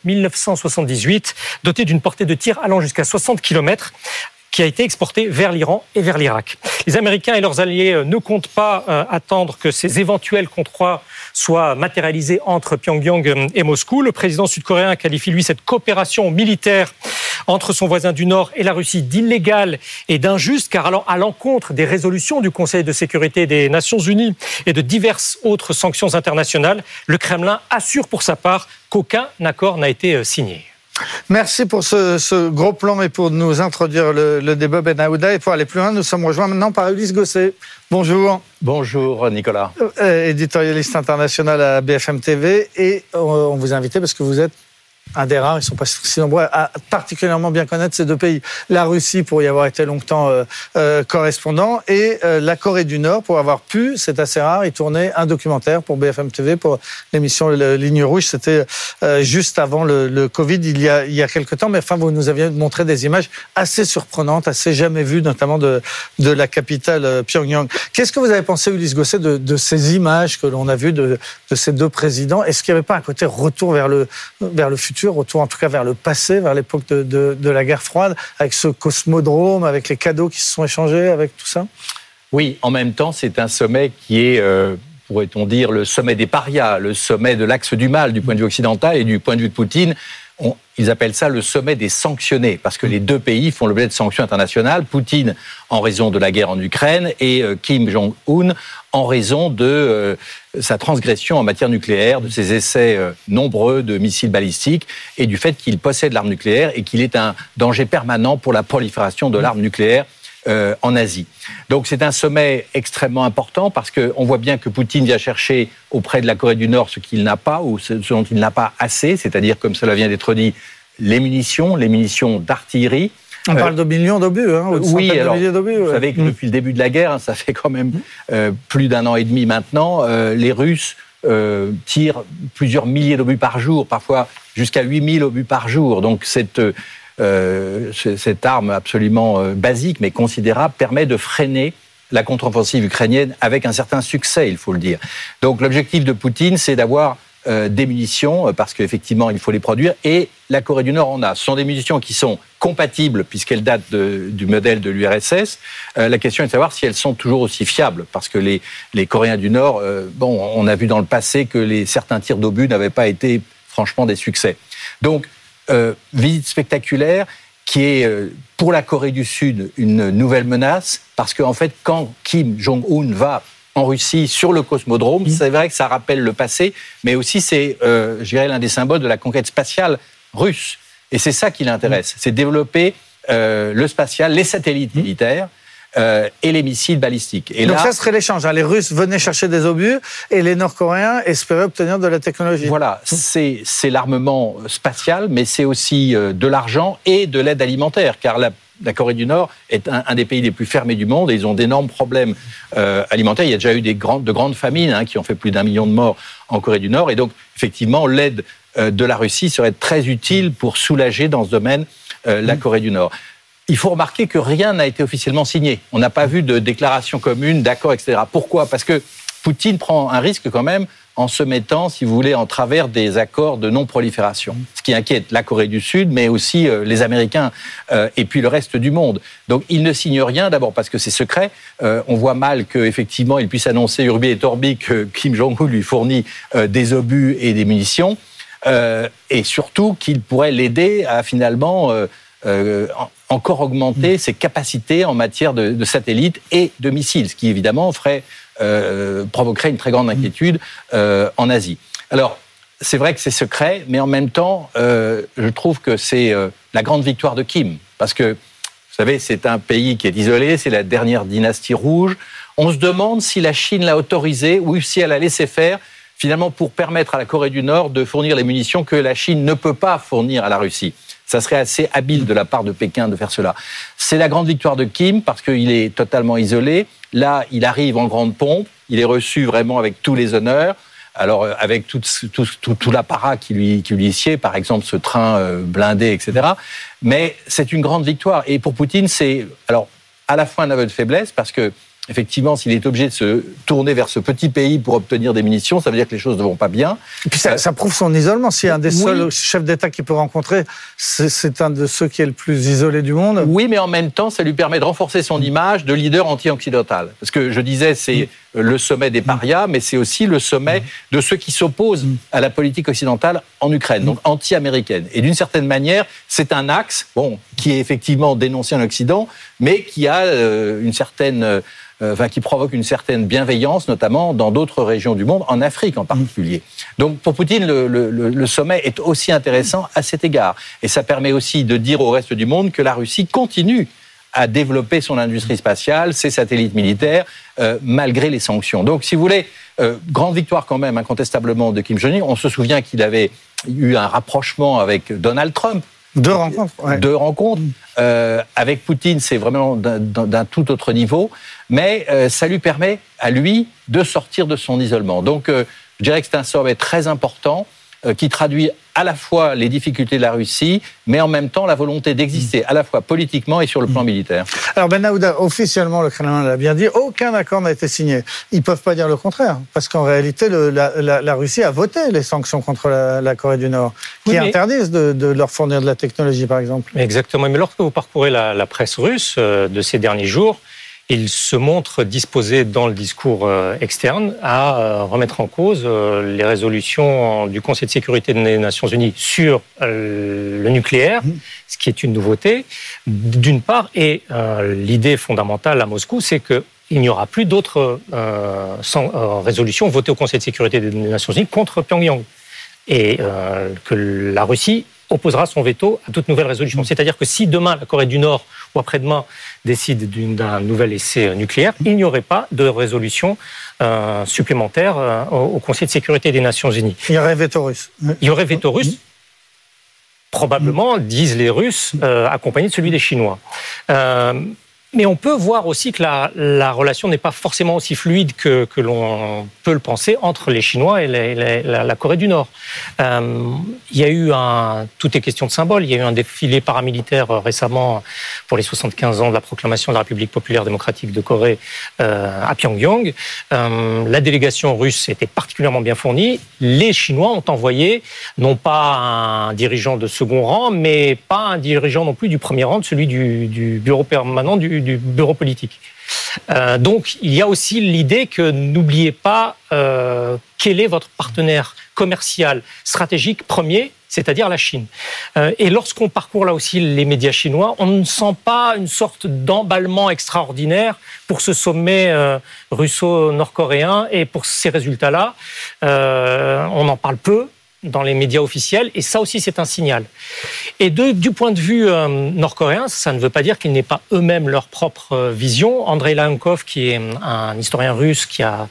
M1978, doté d'une portée de tir allant jusqu'à 60 km, qui a été exporté vers l'Iran et vers l'Irak. Les Américains et leurs alliés ne comptent pas attendre que ces éventuels contrats soient matérialisés entre Pyongyang et Moscou. Le président sud-coréen qualifie, lui, cette coopération militaire entre son voisin du Nord et la Russie d'illégale et d'injuste, car allant à l'encontre des résolutions du Conseil de sécurité des Nations Unies et de diverses autres sanctions internationales, le Kremlin assure pour sa part qu'aucun accord n'a été signé.
Merci pour ce gros plan et pour nous introduire le débat Ben Aouda. Et pour aller plus loin, nous sommes rejoints maintenant par Ulysse Gosset. Bonjour.
Bonjour Nicolas.
Éditorialiste international à BFM TV. Et on vous a invité parce que vous êtes un des rares, ils ne sont pas si nombreux, à particulièrement bien connaître ces deux pays. La Russie, pour y avoir été longtemps correspondant, et la Corée du Nord, pour avoir pu, c'est assez rare, y tourner un documentaire pour BFM TV, pour l'émission Ligne Rouge. C'était juste avant le Covid, il y a quelque temps. Mais enfin, vous nous aviez montré des images assez surprenantes, assez jamais vues, notamment de la capitale Pyongyang. Qu'est-ce que vous avez pensé, Ulysse Gosset, de ces images que l'on a vues de ces deux présidents? Est-ce qu'il n'y avait pas un côté retour vers le futur, retour en tout cas vers le passé, vers l'époque de la guerre froide, avec ce cosmodrome, avec les cadeaux qui se sont échangés, avec tout ça?
Oui, en même temps, c'est un sommet qui est, pourrait-on dire, le sommet des parias, le sommet de l'axe du mal du point de vue occidental et du point de vue de Poutine. Ils appellent ça le sommet des sanctionnés, parce que les deux pays font l'objet de sanctions internationales. Poutine en raison de la guerre en Ukraine et Kim Jong-un en raison de sa transgression en matière nucléaire, de ses essais nombreux de missiles balistiques et du fait qu'il possède l'arme nucléaire et qu'il est un danger permanent pour la prolifération de l'arme nucléaire en Asie. Donc c'est un sommet extrêmement important parce qu'on voit bien que Poutine vient chercher auprès de la Corée du Nord ce qu'il n'a pas ou ce dont il n'a pas assez, c'est-à-dire, comme cela vient d'être dit, les munitions d'artillerie.
On parle de millions d'obus,
oui, alors,
d'obus,
vous savez que depuis le début de la guerre, ça fait quand même plus d'1 an et demi maintenant, les Russes tirent plusieurs milliers d'obus par jour, parfois jusqu'à 8000 obus par jour. Donc cette arme absolument basique mais considérable permet de freiner la contre-offensive ukrainienne avec un certain succès, il faut le dire. Donc l'objectif de Poutine, c'est d'avoir des munitions, parce qu'effectivement, il faut les produire, et la Corée du Nord en a. Ce sont des munitions qui sont compatibles, puisqu'elles datent du modèle de l'URSS. La question est de savoir si elles sont toujours aussi fiables, parce que les Coréens du Nord, on a vu dans le passé que certains tirs d'obus n'avaient pas été franchement des succès. Donc, visite spectaculaire qui est pour la Corée du Sud une nouvelle menace, parce qu'en fait, quand Kim Jong-un va en Russie sur le cosmodrome, c'est vrai que ça rappelle le passé, mais aussi c'est, je dirais, l'un des symboles de la conquête spatiale russe. Et c'est ça qui l'intéresse, c'est développer le spatial, les satellites militaires, et les missiles balistiques. Et
donc
là,
ça serait l'échange. Les Russes venaient chercher des obus et les Nord-Coréens espéraient obtenir de la technologie.
Voilà, c'est l'armement spatial, mais c'est aussi de l'argent et de l'aide alimentaire, car la Corée du Nord est un des pays les plus fermés du monde et ils ont d'énormes problèmes alimentaires. Il y a déjà eu de grandes famines qui ont fait plus d'1 million de morts en Corée du Nord. Et donc, effectivement, l'aide de la Russie serait très utile pour soulager dans ce domaine la Corée du Nord. Il faut remarquer que rien n'a été officiellement signé. On n'a pas vu de déclaration commune, d'accord, etc. Pourquoi ? Parce que Poutine prend un risque quand même en se mettant, si vous voulez, en travers des accords de non-prolifération. Ce qui inquiète la Corée du Sud, mais aussi les Américains et puis le reste du monde. Donc il ne signe rien, d'abord parce que c'est secret. On voit mal qu'effectivement il puisse annoncer urbi et torbi que Kim Jong-un lui fournit des obus et des munitions. Et surtout qu'il pourrait l'aider à finalement encore augmenter ses capacités en matière de satellites et de missiles, ce qui évidemment provoquerait une très grande inquiétude en Asie. Alors, c'est vrai que c'est secret, mais en même temps, je trouve que c'est la grande victoire de Kim, parce que, vous savez, c'est un pays qui est isolé, c'est la dernière dynastie rouge. On se demande si la Chine l'a autorisé ou si elle a laissé faire, finalement, pour permettre à la Corée du Nord de fournir les munitions que la Chine ne peut pas fournir à la Russie. Ça serait assez habile de la part de Pékin de faire cela. C'est la grande victoire de Kim parce qu'il est totalement isolé. Là, il arrive en grande pompe, il est reçu vraiment avec tous les honneurs. Alors, avec tout l'apparat qui lui sied, par exemple ce train blindé, etc. Mais c'est une grande victoire. Et pour Poutine, c'est alors à la fois un aveu de faiblesse, parce que effectivement, s'il est obligé de se tourner vers ce petit pays pour obtenir des munitions, ça veut dire que les choses ne vont pas bien.
Et puis ça prouve son isolement. Si un des seuls chefs d'État qu'il peut rencontrer, c'est un de ceux qui est le plus isolé du monde.
Oui, mais en même temps, ça lui permet de renforcer son image de leader anti-occidental. Parce que je disais, c'est le sommet des parias, mais c'est aussi le sommet de ceux qui s'opposent à la politique occidentale en Ukraine, donc anti-américaine. Et d'une certaine manière, c'est un axe, qui est effectivement dénoncé en Occident, mais qui a qui provoque une certaine bienveillance, notamment dans d'autres régions du monde, en Afrique en particulier. Donc pour Poutine, le sommet est aussi intéressant à cet égard. Et ça permet aussi de dire au reste du monde que la Russie continue à développer son industrie spatiale, ses satellites militaires, malgré les sanctions. Donc si vous voulez, grande victoire quand même, incontestablement, de Kim Jong-un. On se souvient qu'il avait eu un rapprochement avec Donald Trump.
Deux rencontres.
Avec Poutine, c'est vraiment d'un tout autre niveau, mais ça lui permet, à lui, de sortir de son isolement. Donc, je dirais que c'est un sommet très important qui traduit à la fois les difficultés de la Russie, mais en même temps la volonté d'exister à la fois politiquement et sur le plan militaire.
Alors Ben Aouda, officiellement, le Kremlin l'a bien dit, aucun accord n'a été signé. Ils ne peuvent pas dire le contraire, parce qu'en réalité, la Russie a voté les sanctions contre la Corée du Nord, qui interdisent de leur fournir de la technologie, par exemple.
Exactement, mais lorsque vous parcourez la presse russe de ces derniers jours, il se montre disposé dans le discours externe à remettre en cause les résolutions du Conseil de sécurité des Nations Unies sur le nucléaire, ce qui est une nouveauté, d'une part. Et l'idée fondamentale à Moscou, c'est qu'il n'y aura plus d'autres résolutions votées au Conseil de sécurité des Nations Unies contre Pyongyang. Et que la Russie opposera son veto à toute nouvelle résolution. C'est-à-dire que si demain la Corée du Nord ou après-demain décide d'un nouvel essai nucléaire, il n'y aurait pas de résolution supplémentaire au Conseil de sécurité des Nations Unies.
Il y aurait veto russe.
Il y aurait veto russe, probablement, disent les Russes, accompagné de celui des Chinois. Mais on peut voir aussi que la relation n'est pas forcément aussi fluide que l'on peut le penser entre les Chinois et la Corée du Nord. Il y a eu tout est question de symbole. Il y a eu un défilé paramilitaire récemment pour les 75 ans de la proclamation de la République populaire démocratique de Corée à Pyongyang. La délégation russe était particulièrement bien fournie. Les Chinois ont envoyé non pas un dirigeant de second rang, mais pas un dirigeant non plus du premier rang, celui du bureau permanent du bureau politique. Donc, il y a aussi l'idée que n'oubliez pas quel est votre partenaire commercial stratégique premier, c'est-à-dire la Chine. Et lorsqu'on parcourt là aussi les médias chinois, on ne sent pas une sorte d'emballement extraordinaire pour ce sommet russo-nord-coréen et pour ces résultats-là. On en parle peu dans les médias officiels, et ça aussi c'est un signal. Et du point de vue nord-coréen, ça ne veut pas dire qu'ils n'aient pas eux-mêmes leur propre vision. Andrei Lankov, qui est un historien russe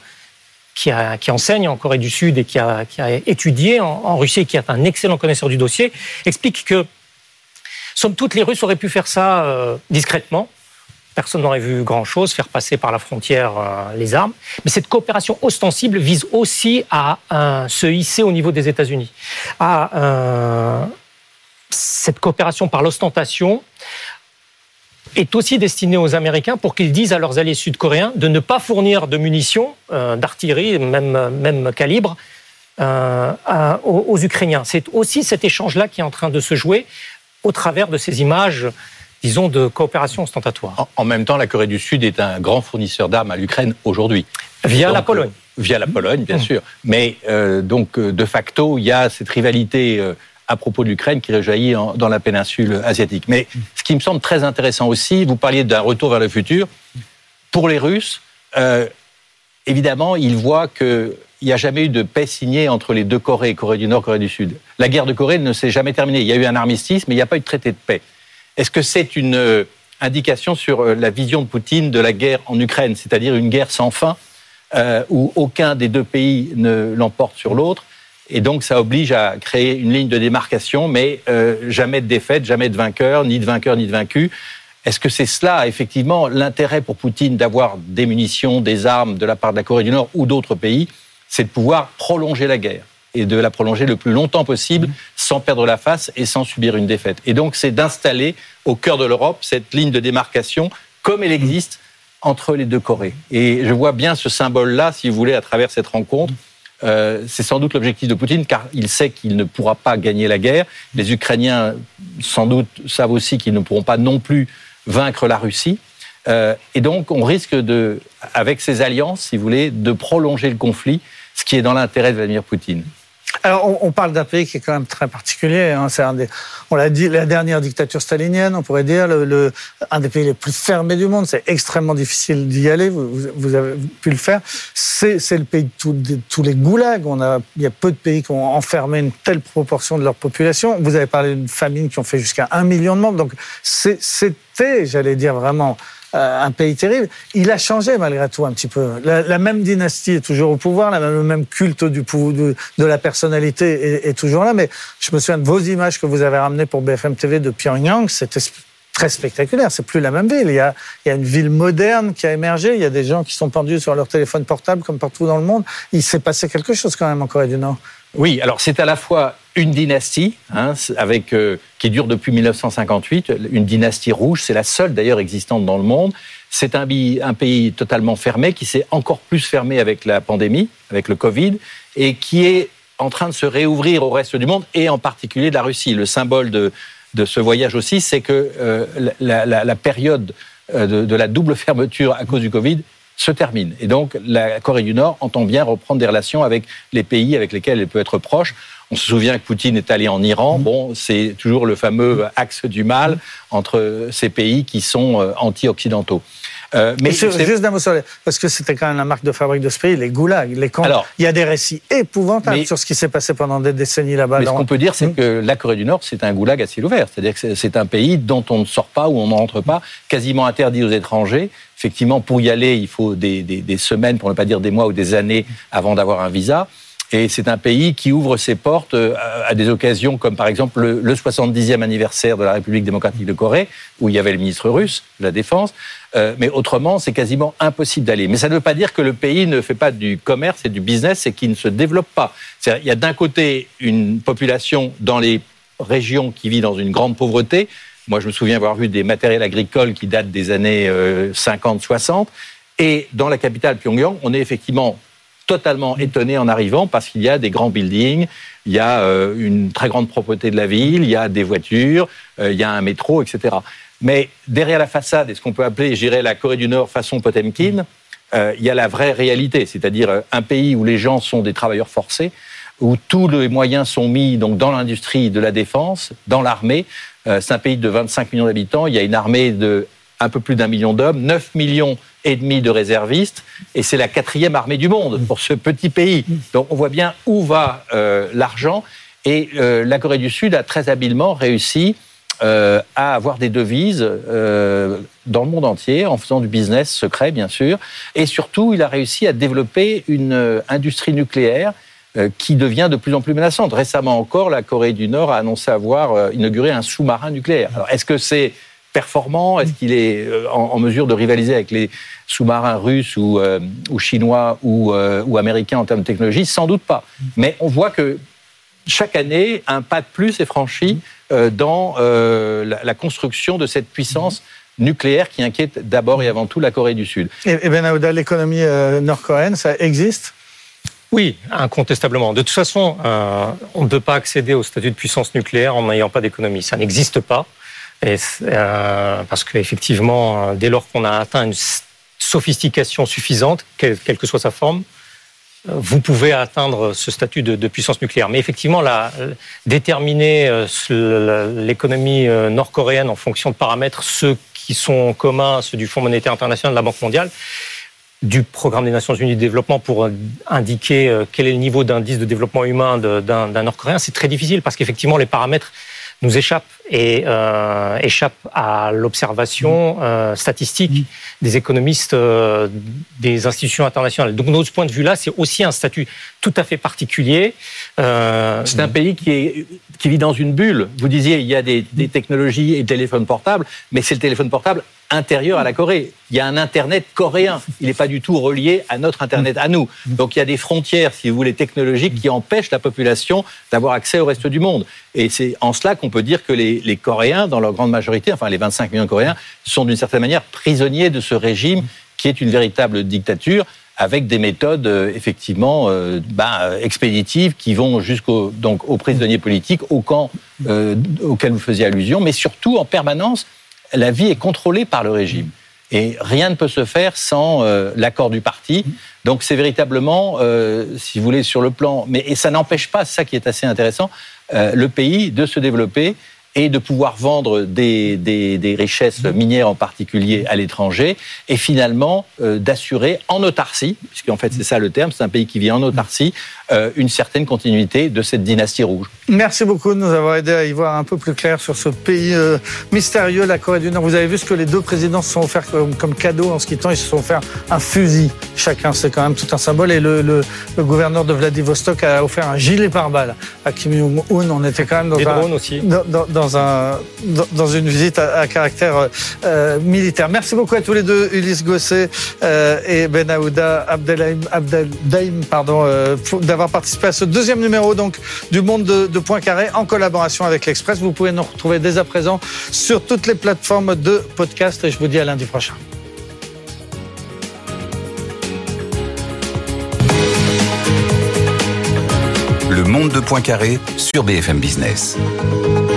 qui enseigne en Corée du Sud et qui a étudié en Russie et qui est un excellent connaisseur du dossier, explique que, somme toute, les Russes auraient pu faire ça discrètement. Personne n'aurait vu grand-chose, faire passer par la frontière les armes. Mais cette coopération ostensible vise aussi à se hisser au niveau des États-Unis. Cette coopération par l'ostentation est aussi destinée aux Américains pour qu'ils disent à leurs alliés sud-coréens de ne pas fournir de munitions, d'artillerie, même calibre, aux Ukrainiens. C'est aussi cet échange-là qui est en train de se jouer au travers de ces images, disons, de coopération ostentatoire.
En même temps, la Corée du Sud est un grand fournisseur d'armes à l'Ukraine aujourd'hui.
Via la Pologne.
Via la Pologne, bien sûr. Mais de facto, il y a cette rivalité à propos de l'Ukraine qui rejaillit dans la péninsule asiatique. Mais ce qui me semble très intéressant aussi, vous parliez d'un retour vers le futur. Pour les Russes, évidemment, ils voient qu'il n'y a jamais eu de paix signée entre les deux Corées, Corée du Nord, Corée du Sud. La guerre de Corée ne s'est jamais terminée. Il y a eu un armistice, mais il n'y a pas eu de traité de paix. Est-ce que c'est une indication sur la vision de Poutine de la guerre en Ukraine, c'est-à-dire une guerre sans fin, où aucun des deux pays ne l'emporte sur l'autre, et donc ça oblige à créer une ligne de démarcation, mais jamais de défaite, jamais de vainqueur, ni de vainqueur, ni de vaincu. Est-ce que c'est cela, effectivement, l'intérêt pour Poutine d'avoir des munitions, des armes de la part de la Corée du Nord ou d'autres pays, c'est de pouvoir prolonger la guerre et de la prolonger le plus longtemps possible sans perdre la face et sans subir une défaite. Et donc, c'est d'installer au cœur de l'Europe cette ligne de démarcation comme elle existe entre les deux Corées. Et je vois bien ce symbole-là, si vous voulez, à travers cette rencontre. C'est sans doute l'objectif de Poutine, car il sait qu'il ne pourra pas gagner la guerre. Les Ukrainiens, sans doute, savent aussi qu'ils ne pourront pas non plus vaincre la Russie. Et donc, on risque avec ces alliances, si vous voulez, de prolonger le conflit, ce qui est dans l'intérêt de Vladimir Poutine.
Alors, on parle d'un pays qui est quand même très particulier. Hein. On l'a dit, la dernière dictature stalinienne, on pourrait dire, un des pays les plus fermés du monde. C'est extrêmement difficile d'y aller. Vous avez pu le faire. C'est le pays de tous les goulags. Il y a peu de pays qui ont enfermé une telle proportion de leur population. Vous avez parlé d'une famine qui ont fait jusqu'à 1 million de membres. Donc, c'était, j'allais dire, vraiment un pays terrible. Il a changé malgré tout un petit peu. La même dynastie est toujours au pouvoir, le même culte de la personnalité est toujours là. Mais je me souviens de vos images que vous avez ramenées pour BFM TV de Pyongyang. C'était très spectaculaire. C'est plus la même ville. Il y a une ville moderne qui a émergé. Il y a des gens qui sont pendus sur leur téléphone portable comme partout dans le monde. Il s'est passé quelque chose quand même en Corée du Nord.
Oui, alors c'est à la fois une dynastie qui dure depuis 1958, une dynastie rouge, c'est la seule d'ailleurs existante dans le monde. C'est un pays totalement fermé, qui s'est encore plus fermé avec la pandémie, avec le Covid, et qui est en train de se réouvrir au reste du monde, et en particulier de la Russie. Le symbole de ce voyage aussi, c'est que la période de la double fermeture à cause du Covid se termine. Et donc, la Corée du Nord entend bien reprendre des relations avec les pays avec lesquels elle peut être proche. On se souvient que Poutine est allé en Iran. Bon, c'est toujours le fameux axe du mal entre ces pays qui sont anti-occidentaux.
Mais juste d'un mot sur parce que c'était quand même la marque de fabrique de ce pays, les goulags, les camps. Alors, il y a des récits épouvantables sur ce qui s'est passé pendant des décennies là-bas.
Mais ce qu'on peut dire, c'est que la Corée du Nord, c'est un goulag à ciel ouvert. C'est-à-dire que c'est un pays dont on ne sort pas, où on n'entre pas, quasiment interdit aux étrangers. Effectivement, pour y aller, il faut des semaines, pour ne pas dire des mois ou des années, avant d'avoir un visa. Et c'est un pays qui ouvre ses portes à des occasions comme par exemple le 70e anniversaire de la République démocratique de Corée, où il y avait le ministre russe de la Défense. Mais autrement, c'est quasiment impossible d'aller. Mais ça ne veut pas dire que le pays ne fait pas du commerce et du business et qu'il ne se développe pas. C'est-à-dire, il y a d'un côté une population dans les régions qui vit dans une grande pauvreté. Moi, je me souviens avoir vu des matériels agricoles qui datent des années 50-60. Et dans la capitale, Pyongyang, on est effectivement totalement étonné en arrivant parce qu'il y a des grands buildings, il y a une très grande propreté de la ville, il y a des voitures, il y a un métro, etc. Mais derrière la façade, et ce qu'on peut appeler, je dirais, la Corée du Nord façon Potemkin, il y a la vraie réalité, c'est-à-dire un pays où les gens sont des travailleurs forcés, où tous les moyens sont mis donc, dans l'industrie de la défense, dans l'armée. C'est un pays de 25 millions d'habitants, il y a une armée de un peu plus d'1 million d'hommes, 9 millions et demi de réservistes, et c'est la 4e armée du monde pour ce petit pays. Donc on voit bien où va l'argent, et la Corée du Sud a très habilement réussi à avoir des devises dans le monde entier, en faisant du business secret, bien sûr, et surtout, il a réussi à développer une industrie nucléaire qui devient de plus en plus menaçante. Récemment encore, la Corée du Nord a annoncé avoir inauguré un sous-marin nucléaire. Alors, est-ce que c'est performant? Est-ce qu'il est en mesure de rivaliser avec les sous-marins russes ou chinois ou américains en termes de technologie? Sans doute pas. Mais on voit que chaque année, un pas de plus est franchi dans la construction de cette puissance nucléaire qui inquiète d'abord et avant tout la Corée du Sud.
Et Ben Aouda, l'économie nord-coréenne, ça existe?
Oui, incontestablement. De toute façon, on ne peut pas accéder au statut de puissance nucléaire en n'ayant pas d'économie. Ça n'existe pas. Et parce qu'effectivement, dès lors qu'on a atteint une sophistication suffisante, quelle que soit sa forme, vous pouvez atteindre ce statut de puissance nucléaire. Mais effectivement, déterminer l'économie nord-coréenne en fonction de paramètres, ceux qui sont communs, ceux du Fonds monétaire international, de la Banque mondiale, du Programme des Nations Unies de développement pour indiquer quel est le niveau d'indice de développement humain d'un Nord-Coréen, c'est très difficile parce qu'effectivement, les paramètres nous échappent et échappent à l'observation statistique des économistes des institutions internationales. Donc, de ce point de vue-là, c'est aussi un statut tout à fait particulier.
C'est un pays qui vit dans une bulle. Vous disiez, il y a des technologies et téléphones portables, mais c'est le téléphone portable intérieur à la Corée. Il y a un Internet coréen. Il n'est pas du tout relié à notre Internet, à nous. Donc il y a des frontières, si vous voulez, technologiques qui empêchent la population d'avoir accès au reste du monde. Et c'est en cela qu'on peut dire que les Coréens, dans leur grande majorité, enfin les 25 millions de Coréens, sont d'une certaine manière prisonniers de ce régime qui est une véritable dictature, avec des méthodes effectivement expéditives qui vont jusqu'aux prisonniers politiques, au camp auquel vous faisiez allusion, mais surtout en permanence, la vie est contrôlée par le régime. Et rien ne peut se faire sans l'accord du parti. Donc c'est véritablement, si vous voulez, sur le plan... Et ça n'empêche pas, c'est ça qui est assez intéressant, le pays de se développer et de pouvoir vendre des richesses minières en particulier à l'étranger, et finalement d'assurer en autarcie, puisqu'en fait c'est ça le terme, c'est un pays qui vit en autarcie, une certaine continuité de cette dynastie rouge.
Merci beaucoup de nous avoir aidé à y voir un peu plus clair sur ce pays mystérieux, la Corée du Nord. Vous avez vu ce que les deux présidents se sont offerts comme cadeau en se quittant, ils se sont offerts un fusil chacun, c'est quand même tout un symbole, et le gouverneur de Vladivostok a offert un gilet pare-balles à Kim Jong-un. On était quand même dans une visite à caractère militaire. Merci beaucoup à tous les deux, Ulysse Gosset et Ben Aouda Abdeldaïm, d'avoir participé à ce deuxième numéro donc du Monde de Poincaré en collaboration avec l'Express. Vous pouvez nous retrouver dès à présent sur toutes les plateformes de podcast et je vous dis à lundi prochain.
Le Monde de Poincaré sur BFM Business.